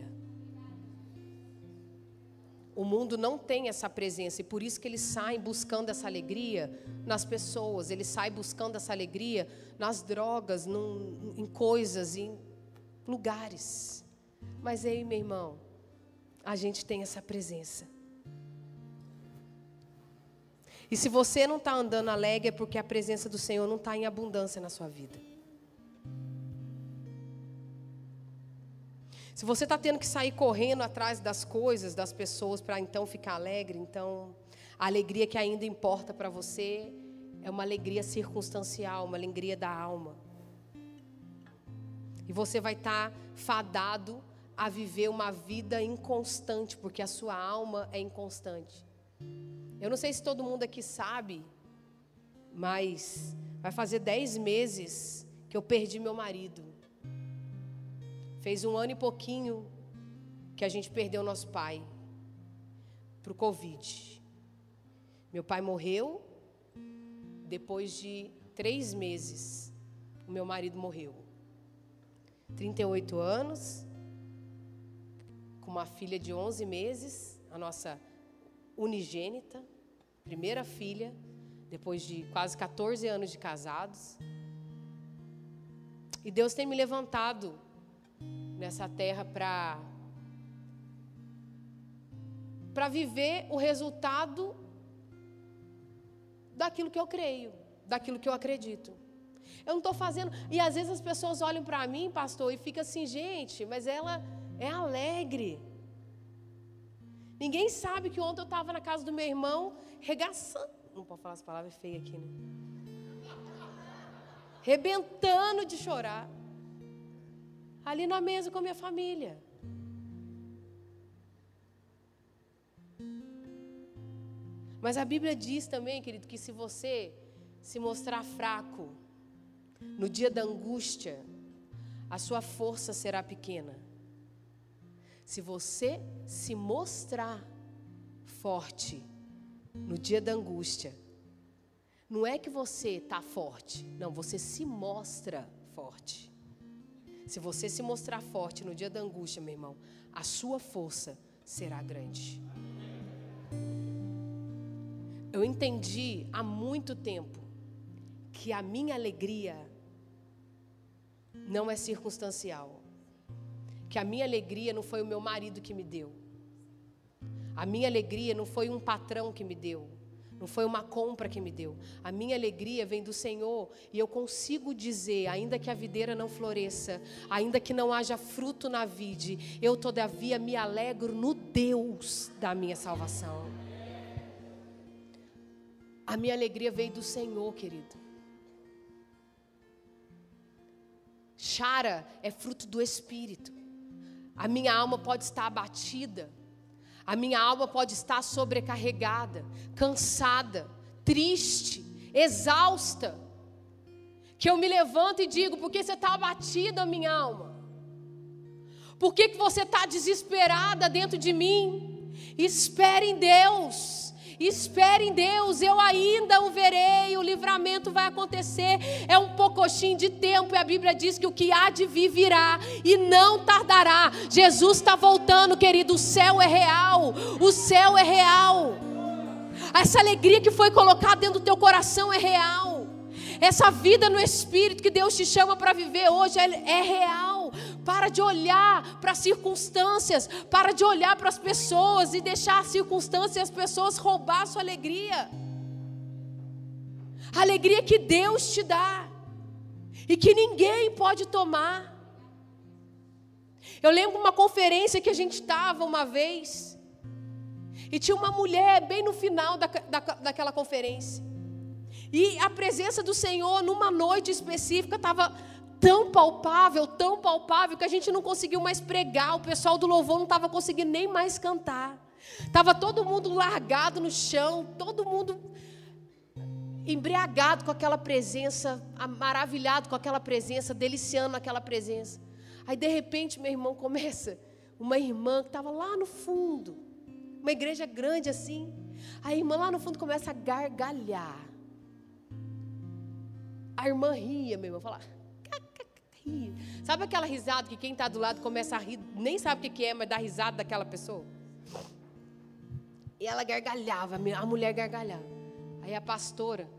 [SPEAKER 1] O mundo não tem essa presença e por isso que eles saem buscando essa alegria nas pessoas. Eles saem buscando essa alegria nas drogas, em coisas, em lugares. Mas aí, meu irmão, a gente tem essa presença. E se você não está andando alegre, é porque a presença do Senhor não está em abundância na sua vida. Se você está tendo que sair correndo atrás das coisas, das pessoas, para então ficar alegre, então a alegria que ainda importa para você é uma alegria circunstancial, uma alegria da alma. E você vai estar fadado a viver uma vida inconstante, porque a sua alma é inconstante. Eu não sei se todo mundo aqui sabe, mas vai fazer 10 meses que eu perdi meu marido. Fez 1 ano e pouquinho que a gente perdeu nosso pai para o Covid. Meu pai morreu, depois de 3 meses, o meu marido morreu. 38 anos, com uma filha de 11 meses, a nossa unigênita, primeira filha, depois de quase 14 anos de casados. E Deus tem me levantado nessa terra para viver o resultado daquilo que eu creio, daquilo que eu acredito. Eu não estou fazendo... E às vezes as pessoas olham para mim, pastor, e ficam assim: gente, mas ela é alegre. Ninguém sabe que ontem eu estava na casa do meu irmão, regaçando... Não pode falar as palavras feias aqui, né? Rebentando de chorar. Ali na mesa com a minha família. Mas a Bíblia diz também, querido, que se você se mostrar fraco no dia da angústia, a sua força será pequena. Se você se mostrar forte no dia da angústia, não é que você está forte, não, você se mostra forte. Se você se mostrar forte no dia da angústia, meu irmão, a sua força será grande. Eu entendi há muito tempo que a minha alegria não é circunstancial. Que a minha alegria não foi o meu marido que me deu. A minha alegria não foi um patrão que me deu. Não foi uma compra que me deu. A minha alegria vem do Senhor. E eu consigo dizer, ainda que a videira não floresça, ainda que não haja fruto na vide, eu todavia me alegro no Deus da minha salvação. A minha alegria veio do Senhor, querido. Chara é fruto do Espírito. A minha alma pode estar abatida. A minha alma pode estar sobrecarregada, cansada, triste, exausta. Que eu me levanto e digo: por que você está abatida, minha alma? Por que você está desesperada dentro de mim? Espere em Deus. Espere em Deus, eu ainda o verei, o livramento vai acontecer. É um pouquinho de tempo e a Bíblia diz que o que há de vir virá e não tardará. Jesus está voltando, querido, o céu é real, o céu é real. Essa alegria que foi colocada dentro do teu coração é real. Essa vida no Espírito que Deus te chama para viver hoje é real. Para de olhar para as circunstâncias, para de olhar para as pessoas e deixar as circunstâncias e as pessoas roubar a sua alegria. A alegria que Deus te dá e que ninguém pode tomar. Eu lembro de uma conferência que a gente estava uma vez e tinha uma mulher bem no final daquela conferência. E a presença do Senhor numa noite específica estava tão palpável, que a gente não conseguiu mais pregar. O pessoal do louvor não estava conseguindo nem mais cantar. Estava todo mundo largado no chão, todo mundo embriagado com aquela presença, maravilhado com aquela presença, deliciando aquela presença. Aí de repente, meu irmão, começa uma irmã que estava lá no fundo, uma igreja grande assim. A irmã lá no fundo começa a gargalhar. A irmã ria, meu irmão, fala, ria. Sabe aquela risada que quem está do lado começa a rir, nem sabe o que é, mas dá risada daquela pessoa? E ela gargalhava, a mulher gargalhava. Aí a pastora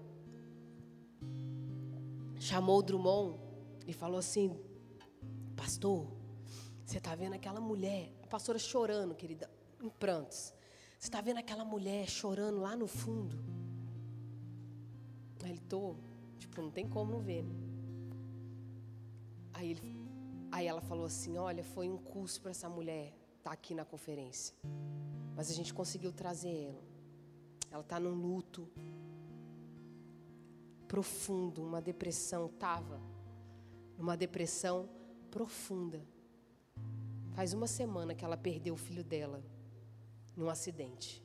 [SPEAKER 1] chamou o Drummond e falou assim: pastor, você está vendo aquela mulher? A pastora chorando, querida, em prantos. Você está vendo aquela mulher chorando lá no fundo? Aí ele, tô. Tipo, não tem como não ver, né? Aí ela falou assim: olha, foi um curso para essa mulher estar aqui na conferência, mas a gente conseguiu trazer ela está num luto profundo, uma depressão, estava numa depressão profunda. Faz uma semana que ela perdeu o filho dela num acidente.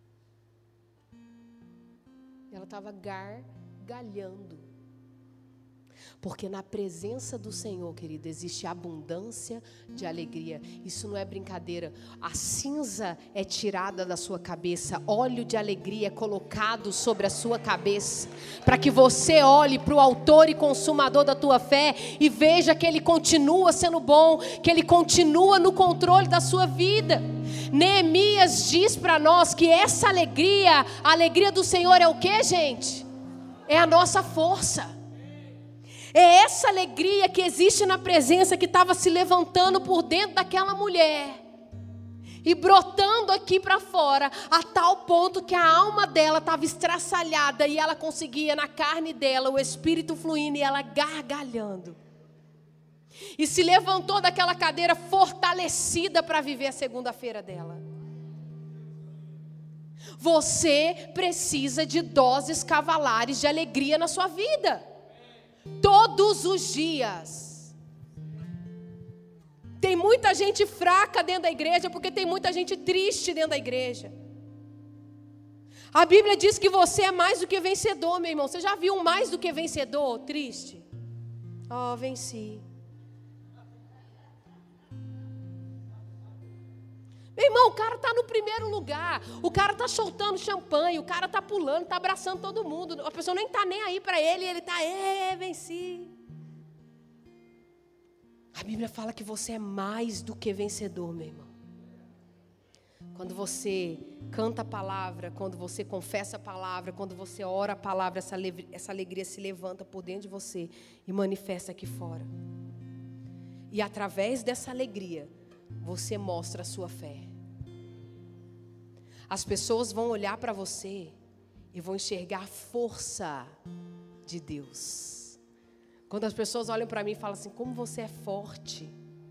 [SPEAKER 1] Ela estava gargalhando. Porque na presença do Senhor, querido, existe abundância de alegria. Isso não é brincadeira. A cinza é tirada da sua cabeça, óleo de alegria é colocado sobre a sua cabeça, para que você olhe para o autor e consumador da tua fé e veja que Ele continua sendo bom, que Ele continua no controle da sua vida. Neemias diz para nós que essa alegria, a alegria do Senhor é o que, gente? É a nossa força. É essa alegria que existe na presença que estava se levantando por dentro daquela mulher e brotando aqui para fora, a tal ponto que a alma dela estava estraçalhada e ela conseguia na carne dela o Espírito fluindo e ela gargalhando. E se levantou daquela cadeira fortalecida para viver a segunda-feira dela. Você precisa de doses cavalares de alegria na sua vida. Todos os dias. Tem muita gente fraca dentro da igreja porque tem muita gente triste dentro da igreja. A Bíblia diz que você é mais do que vencedor, meu irmão. Você já viu um mais do que vencedor triste? Oh, venci. Meu irmão, o cara está no primeiro lugar, o cara está soltando champanhe, o cara está pulando, está abraçando todo mundo, a pessoa nem está nem aí para ele, ele está, venci. A Bíblia fala que você é mais do que vencedor, meu irmão. Quando você canta a palavra, quando você confessa a palavra, quando você ora a palavra, essa alegria se levanta por dentro de você e manifesta aqui fora. E através dessa alegria, você mostra a sua fé. As pessoas vão olhar para você e vão enxergar a força de Deus. Quando as pessoas olham para mim e falam assim: como você é forte.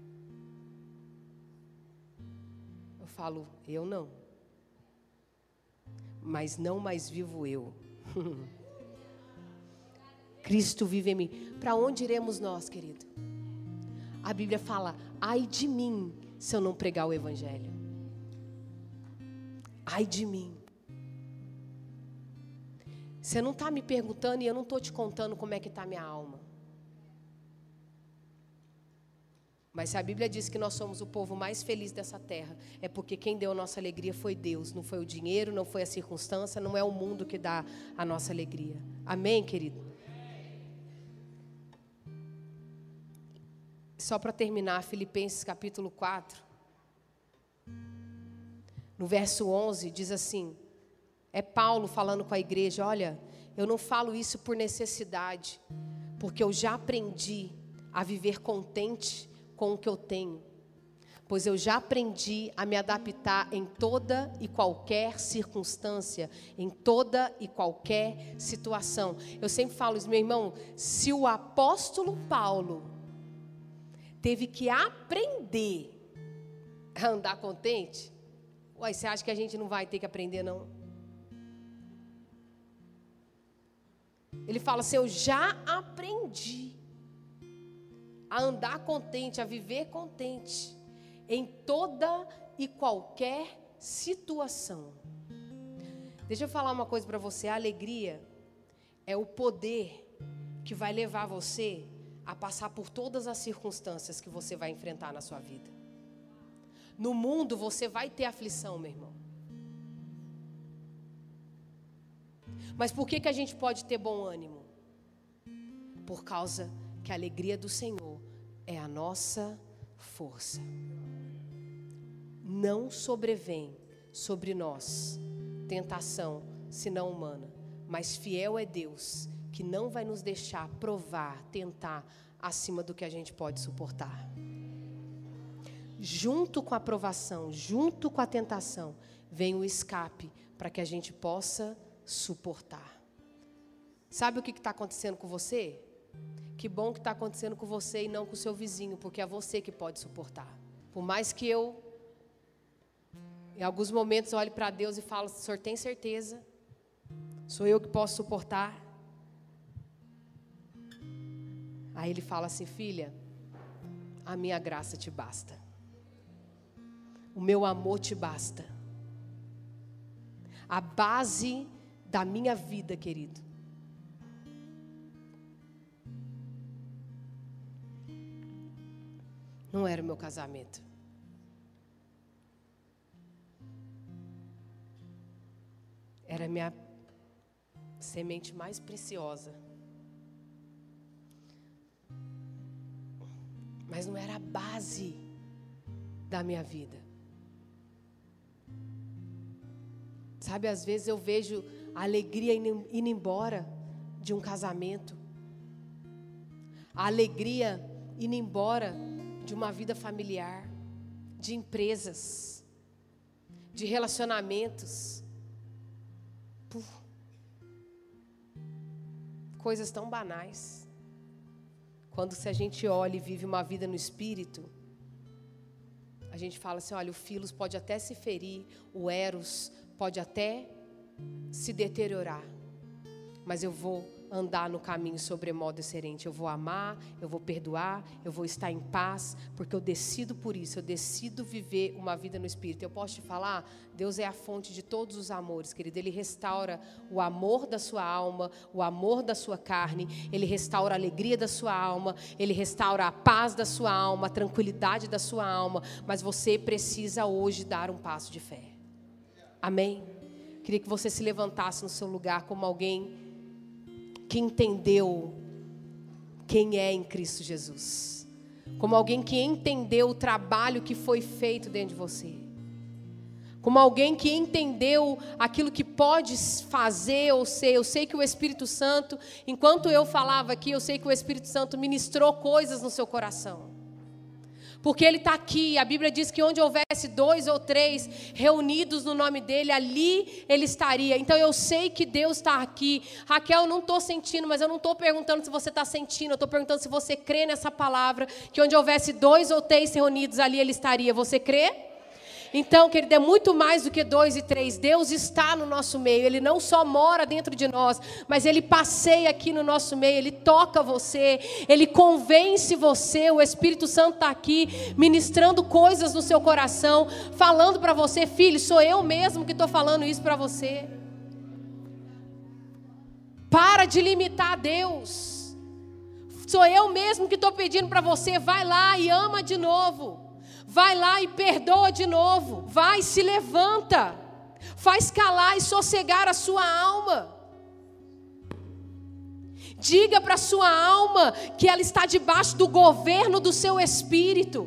[SPEAKER 1] Eu falo: eu não. Mas não mais vivo eu. Cristo vive em mim. Para onde iremos nós, querido? A Bíblia fala: ai de mim se eu não pregar o Evangelho. Ai de mim. Você não está me perguntando e eu não estou te contando como é que está minha alma. Mas se a Bíblia diz que nós somos o povo mais feliz dessa terra, é porque quem deu a nossa alegria foi Deus. Não foi o dinheiro, não foi a circunstância, não é o mundo que dá a nossa alegria. Amém, querido? Só para terminar, Filipenses capítulo 4. No verso 11 diz assim, é Paulo falando com a igreja, olha, eu não falo isso por necessidade, porque eu já aprendi a viver contente com o que eu tenho, pois eu já aprendi a me adaptar em toda e qualquer circunstância, em toda e qualquer situação. Eu sempre falo isso, meu irmão, se o apóstolo Paulo teve que aprender a andar contente, uai, você acha que a gente não vai ter que aprender, não? Ele fala assim, eu já aprendi a andar contente, a viver contente, em toda e qualquer situação. Deixa eu falar uma coisa para você, a alegria é o poder que vai levar você a passar por todas as circunstâncias que você vai enfrentar na sua vida. No mundo você vai ter aflição, meu irmão. Mas por que a gente pode ter bom ânimo? Por causa que a alegria do Senhor é a nossa força. Não sobrevém sobre nós tentação, senão humana, mas fiel é Deus, que não vai nos deixar provar, tentar acima do que a gente pode suportar. Junto com a provação, junto com a tentação, vem o escape para que a gente possa suportar. Sabe o que está acontecendo com você? Que bom que está acontecendo com você e não com o seu vizinho, porque é você que pode suportar. Por mais que eu, em alguns momentos, olhe para Deus e falo, Senhor, tem certeza? Sou eu que posso suportar? Aí Ele fala assim, filha, a minha graça te basta. O meu amor te basta. A base da minha vida, querido, não era o meu casamento. Era a minha semente mais preciosa. Mas não era a base da minha vida. Sabe, às vezes eu vejo a alegria indo embora de um casamento. A alegria indo embora de uma vida familiar, de empresas, de relacionamentos. Coisas tão banais. Quando se a gente olha e vive uma vida no Espírito, a gente fala assim, olha, o Filos pode até se ferir, o Eros pode até se deteriorar, mas eu vou andar no caminho sobremodo excelente. Eu vou amar, eu vou perdoar, eu vou estar em paz, porque eu decido por isso, eu decido viver uma vida no Espírito. Eu posso te falar, Deus é a fonte de todos os amores, querido. Ele restaura o amor da sua alma, o amor da sua carne, Ele restaura a alegria da sua alma, Ele restaura a paz da sua alma, a tranquilidade da sua alma, mas você precisa hoje dar um passo de fé. Amém? Queria que você se levantasse no seu lugar como alguém que entendeu quem é em Cristo Jesus. Como alguém que entendeu o trabalho que foi feito dentro de você. Como alguém que entendeu aquilo que pode fazer ou ser. Eu sei que o Espírito Santo, enquanto eu falava aqui, eu sei que o Espírito Santo ministrou coisas no seu coração. Porque Ele está aqui, a Bíblia diz que onde houvesse 2 ou 3 reunidos no nome dEle, ali Ele estaria. Então eu sei que Deus está aqui. Raquel, eu não estou sentindo, mas eu não estou perguntando se você está sentindo, eu estou perguntando se você crê nessa palavra, que onde houvesse 2 ou 3 reunidos, ali Ele estaria. Você crê? Então, querido, é muito mais do que 2 e 3. Deus está no nosso meio. Ele não só mora dentro de nós, mas Ele passeia aqui no nosso meio. Ele toca você, Ele convence você. O Espírito Santo está aqui ministrando coisas no seu coração, falando para você, filho, sou eu mesmo que estou falando isso para você. Para de limitar a Deus. Sou eu mesmo que estou pedindo para você, vai lá e ama de novo. Vai lá e perdoa de novo. Vai, se levanta. Faz calar e sossegar a sua alma. Diga para a sua alma que ela está debaixo do governo do seu espírito.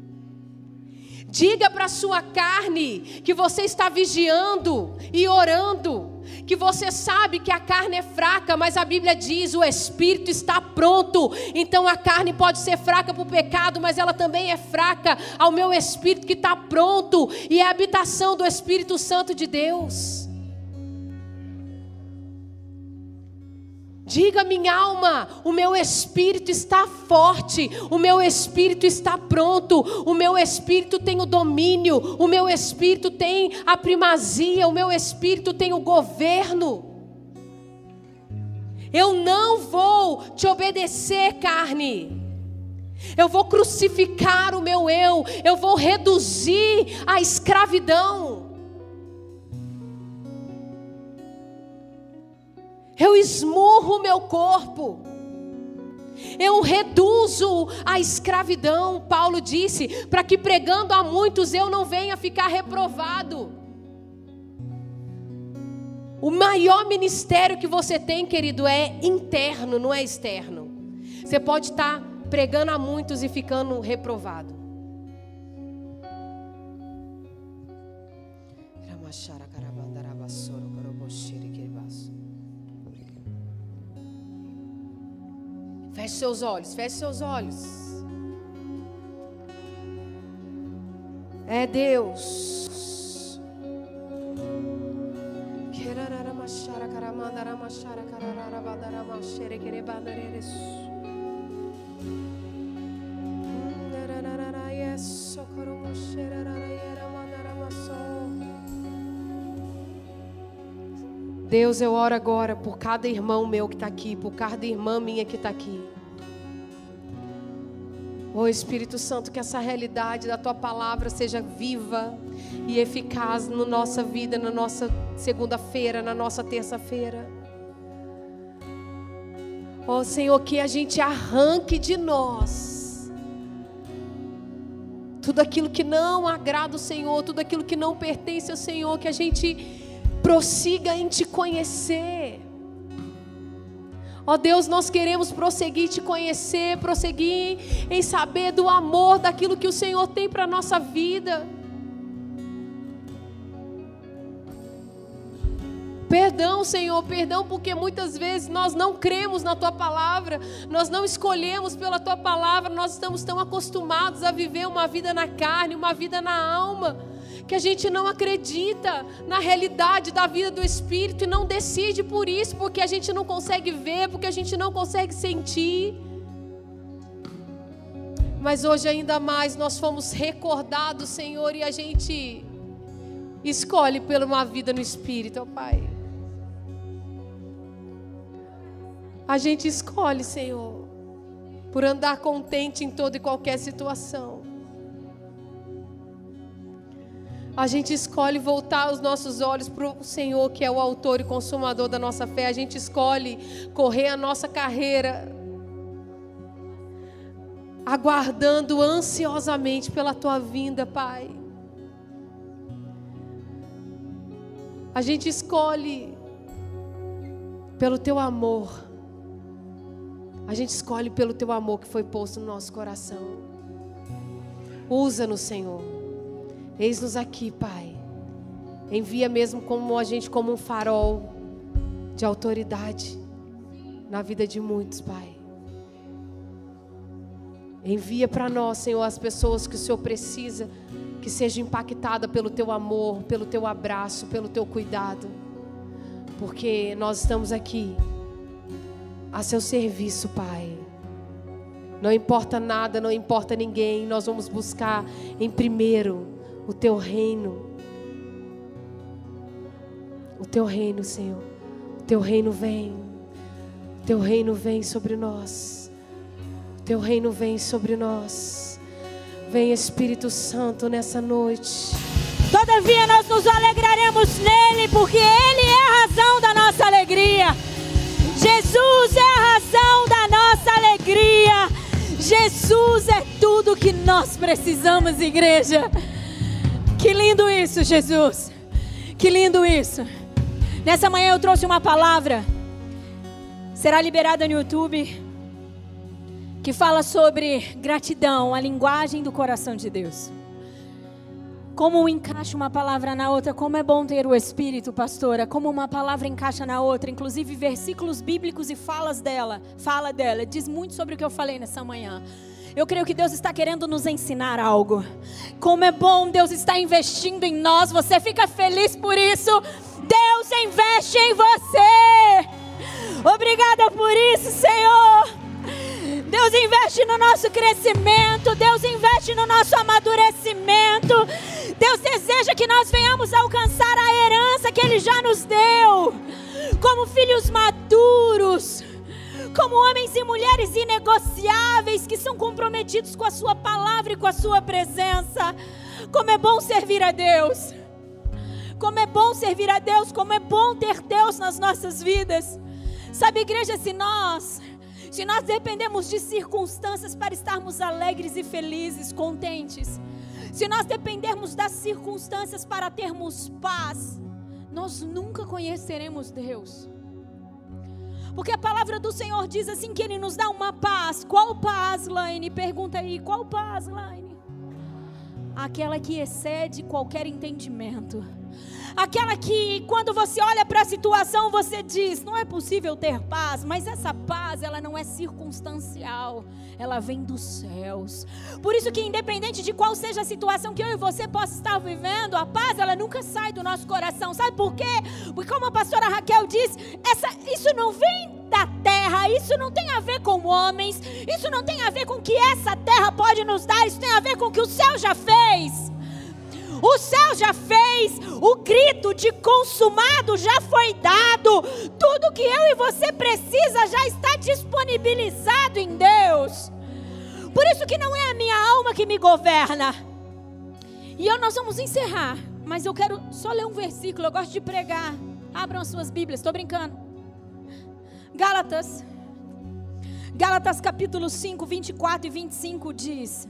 [SPEAKER 1] Diga para a sua carne que você está vigiando e orando, que você sabe que a carne é fraca, mas a Bíblia diz, o espírito está pronto. Então a carne pode ser fraca para o pecado, mas ela também é fraca ao meu espírito que está pronto, e é a habitação do Espírito Santo de Deus. Diga, minha alma, o meu espírito está forte, o meu espírito está pronto, o meu espírito tem o domínio, o meu espírito tem a primazia, o meu espírito tem o governo. Eu não vou te obedecer, carne. Eu vou crucificar o meu eu vou reduzir a escravidão. Eu esmurro o meu corpo. Eu reduzo a escravidão. Paulo disse, para que pregando a muitos eu não venha ficar reprovado. O maior ministério que você tem, querido, é interno, não é externo. Você pode estar pregando a muitos e ficando reprovado. Feche seus olhos, feche seus olhos. É Deus. Deus, eu oro agora por cada irmão meu que está aqui, por cada irmã minha que está aqui. Oh Espírito Santo, que essa realidade da Tua palavra seja viva e eficaz na nossa vida, na nossa segunda-feira, na nossa terça-feira. Oh Senhor, que a gente arranque de nós tudo aquilo que não agrada o Senhor, tudo aquilo que não pertence ao Senhor, que a gente prossiga em Te conhecer. Ó Deus, nós queremos prosseguir Te conhecer, prosseguir em saber do amor, daquilo que o Senhor tem para a nossa vida. Perdão, Senhor, perdão, porque muitas vezes nós não cremos na Tua palavra, nós não escolhemos pela Tua palavra, nós estamos tão acostumados a viver uma vida na carne, uma vida na alma, que a gente não acredita na realidade da vida do Espírito e não decide por isso, porque a gente não consegue ver, porque a gente não consegue sentir. Mas hoje ainda mais nós fomos recordados, Senhor, e a gente escolhe por uma vida no Espírito, ó Pai. A gente escolhe, Senhor, por andar contente em toda e qualquer situação. A gente escolhe voltar os nossos olhos para o Senhor, que é o autor e consumador da nossa fé. A gente escolhe correr a nossa carreira, aguardando ansiosamente pela Tua vinda, Pai. A gente escolhe pelo Teu amor. A gente escolhe pelo Teu amor que foi posto no nosso coração. Usa-nos, Senhor. Eis-nos aqui, Pai. Envia mesmo como a gente, como um farol de autoridade na vida de muitos, Pai. Envia para nós, Senhor, as pessoas que o Senhor precisa, que seja impactada pelo Teu amor, pelo Teu abraço, pelo Teu cuidado. Porque nós estamos aqui a Seu serviço, Pai. Não importa nada, não importa ninguém, nós vamos buscar em primeiro o Teu reino. O Teu reino, Senhor. O Teu reino vem. O Teu reino vem sobre nós. O Teu reino vem sobre nós. Vem, Espírito Santo, nessa noite.
[SPEAKER 2] Todavia nós nos alegraremos nele, porque Ele é a razão da nossa alegria. Jesus é a razão da nossa alegria. que nós precisamos, igreja. Que lindo isso, Jesus. Que lindo isso. Nessa manhã eu trouxe uma palavra, será liberada no YouTube, que fala sobre gratidão, a linguagem do coração de Deus. Como encaixa uma palavra na outra, como é bom ter o Espírito, pastora, como uma palavra encaixa na outra, inclusive versículos bíblicos e fala dela, diz muito sobre o que eu falei nessa manhã. Eu creio que Deus está querendo nos ensinar algo. Como é bom Deus está investindo em nós, você fica feliz por isso? Deus investe em você. Obrigada por isso, Senhor. Deus investe no nosso crescimento, Deus investe no nosso amadurecimento. Deus deseja que nós venhamos alcançar a herança que Ele já nos deu, como filhos maduros, como homens e mulheres inegociáveis, que são comprometidos com a sua palavra e com a sua presença. Como é bom servir a Deus. Como é bom servir a Deus, como é bom ter Deus nas nossas vidas. Sabe, igreja, se nós dependemos de circunstâncias para estarmos alegres e felizes, contentes, se nós dependermos das circunstâncias para termos paz, nós nunca conheceremos Deus. Porque a palavra do Senhor diz assim, que Ele nos dá uma paz. Qual paz, Laine? Pergunta aí, qual paz, Laine? Aquela que excede qualquer entendimento. Aquela que, quando você olha para a situação, você diz, não é possível ter paz. Mas essa paz, ela não é circunstancial, ela vem dos céus. Por isso que, independente de qual seja a situação que eu e você possa estar vivendo, a paz, ela nunca sai do nosso coração. Sabe por quê? Porque, como a pastora Raquel diz, isso não vem da terra, isso não tem a ver com homens, isso não tem a ver com o que essa terra pode nos dar, isso tem a ver com o que o céu já fez. O céu já fez, o grito de consumado já foi dado, tudo que eu e você precisa já está disponibilizado em Deus. Por isso que não é a minha alma que me governa. E nós vamos encerrar, mas eu quero só ler um versículo, eu gosto de pregar. Abram as suas Bíblias, estou brincando. Gálatas capítulo 5, 24 e 25 diz: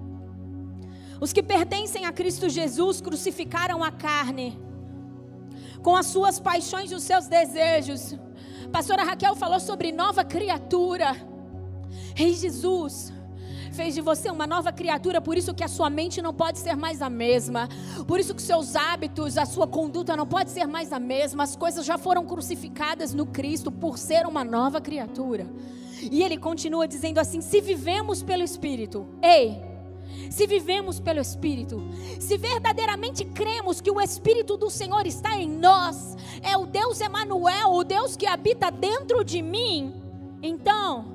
[SPEAKER 2] os que pertencem a Cristo Jesus crucificaram a carne com as suas paixões e os seus desejos. Pastora Raquel falou sobre nova criatura. Rei Jesus fez de você uma nova criatura, por isso que a sua mente não pode ser mais a mesma, por isso que seus hábitos, a sua conduta não pode ser mais a mesma. As coisas já foram crucificadas no Cristo por ser uma nova criatura. E ele continua dizendo assim: se vivemos pelo Espírito, se vivemos pelo Espírito, se verdadeiramente cremos que o Espírito do Senhor está em nós, é o Deus Emanuel, o Deus que habita dentro de mim, então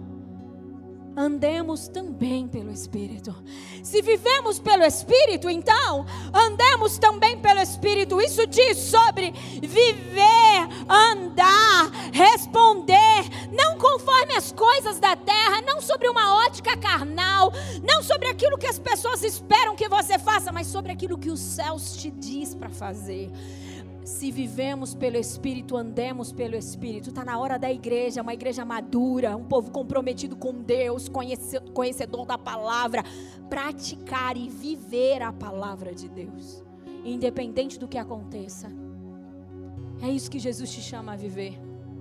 [SPEAKER 2] andemos também pelo Espírito. Se vivemos pelo Espírito, então andemos também pelo Espírito. Isso diz sobre viver, andar, responder, não conforme as coisas da terra, não sobre uma ótica carnal, não sobre aquilo que as pessoas esperam que você faça, mas sobre aquilo que os céus te diz para fazer. Se vivemos pelo Espírito, andemos pelo Espírito. Está na hora da igreja, uma igreja madura, um povo comprometido com Deus, conhecedor da palavra, praticar e viver a palavra de Deus, independente do que aconteça. É isso que Jesus te chama a viver.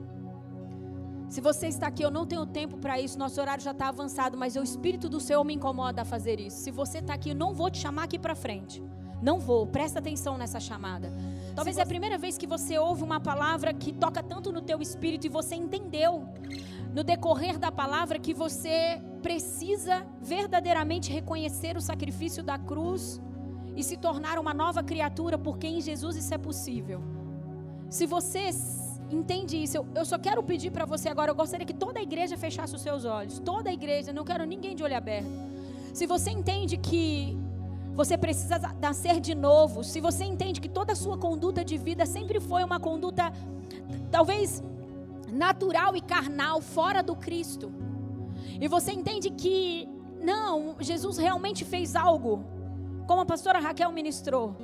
[SPEAKER 2] Se você está aqui, eu não tenho tempo para isso, nosso horário já está avançado, mas o Espírito do Senhor me incomoda a fazer isso. Se você está aqui, eu não vou te chamar aqui para frente. Não vou, presta atenção nessa chamada. Talvez é a primeira vez que você ouve uma palavra que toca tanto no teu espírito e você entendeu no decorrer da palavra que você precisa verdadeiramente reconhecer o sacrifício da cruz e se tornar uma nova criatura, porque em Jesus isso é possível. Se você entende isso, eu só quero pedir para você agora, eu gostaria que toda a igreja fechasse os seus olhos, toda a igreja, não quero ninguém de olho aberto. Se você entende que você precisa nascer de novo, se você entende que toda a sua conduta de vida sempre foi uma conduta talvez natural e carnal, fora do Cristo, e você entende que não, Jesus realmente fez algo, como a pastora Raquel ministrou,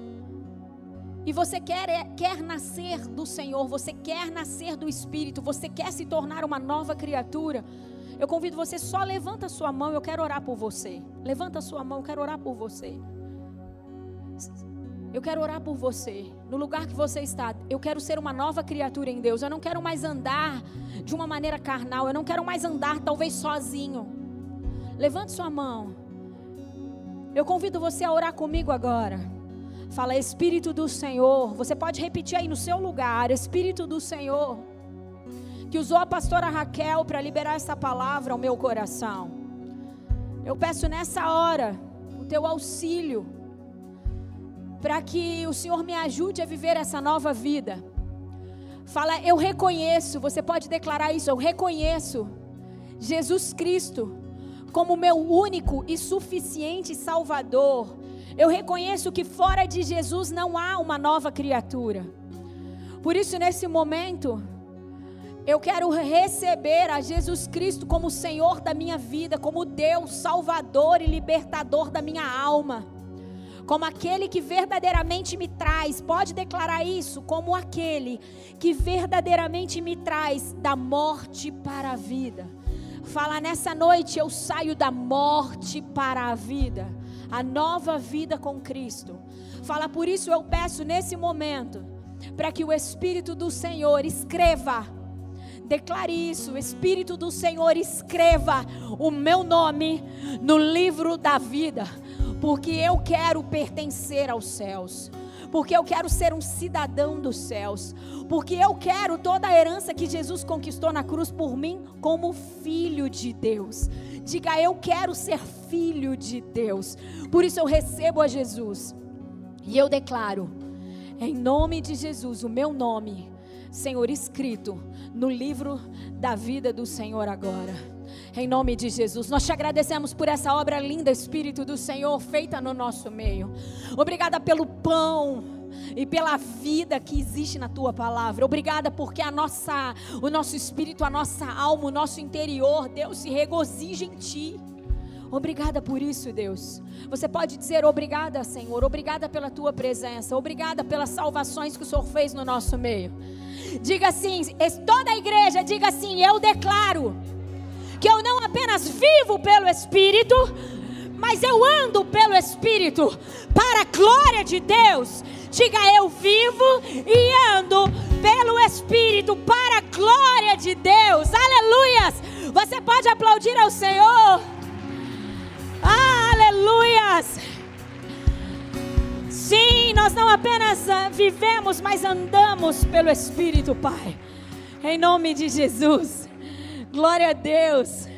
[SPEAKER 2] e você quer nascer do Senhor, você quer nascer do Espírito, você quer se tornar uma nova criatura, Eu convido você, só levanta a sua mão, eu quero orar por você. Levanta a sua mão, eu quero orar por você. Eu quero orar por você. No lugar que você está, eu quero ser uma nova criatura em Deus. Eu não quero mais andar de uma maneira carnal. Eu não quero mais andar talvez sozinho. Levante sua mão. Eu convido você a orar comigo agora. Fala, Espírito do Senhor. Você pode repetir aí no seu lugar. Espírito do Senhor, que usou a pastora Raquel para liberar essa palavra ao meu coração. Eu peço nessa hora o teu auxílio, para que o Senhor me ajude a viver essa nova vida. Fala, eu reconheço, você pode declarar isso, eu reconheço Jesus Cristo como meu único e suficiente Salvador. Eu reconheço que fora de Jesus não há uma nova criatura. Por isso, nesse momento, eu quero receber a Jesus Cristo como Senhor da minha vida, como Deus, Salvador e Libertador da minha alma, como aquele que verdadeiramente me traz, pode declarar isso, como aquele que verdadeiramente me traz da morte para a vida. Fala, nessa noite eu saio da morte para a vida, a nova vida com Cristo. Fala, por isso eu peço nesse momento, para que o Espírito do Senhor escreva, declare isso, o Espírito do Senhor escreva o meu nome no livro da vida, porque eu quero pertencer aos céus, porque eu quero ser um cidadão dos céus, porque eu quero toda a herança que Jesus conquistou na cruz por mim como filho de Deus. Diga, eu quero ser filho de Deus. Por isso eu recebo a Jesus e eu declaro, em nome de Jesus, o meu nome, Senhor, escrito no livro da vida do Senhor agora. Em nome de Jesus, nós te agradecemos por essa obra linda, Espírito do Senhor, feita no nosso meio. Obrigada pelo pão e pela vida que existe na tua palavra. Obrigada porque o nosso espírito, a nossa alma, o nosso interior, Deus, se regozija em ti. Obrigada por isso, Deus. Você pode dizer obrigada, Senhor. Obrigada pela tua presença. Obrigada pelas salvações que o Senhor fez no nosso meio. Diga assim, toda a igreja, diga assim, eu declaro que eu não apenas vivo pelo Espírito, mas eu ando pelo Espírito, para a glória de Deus. Diga, eu vivo e ando pelo Espírito, para a glória de Deus. Aleluias. Você pode aplaudir ao Senhor. Aleluias. Sim, nós não apenas vivemos, mas andamos pelo Espírito, Pai. Em nome de Jesus. Glória a Deus.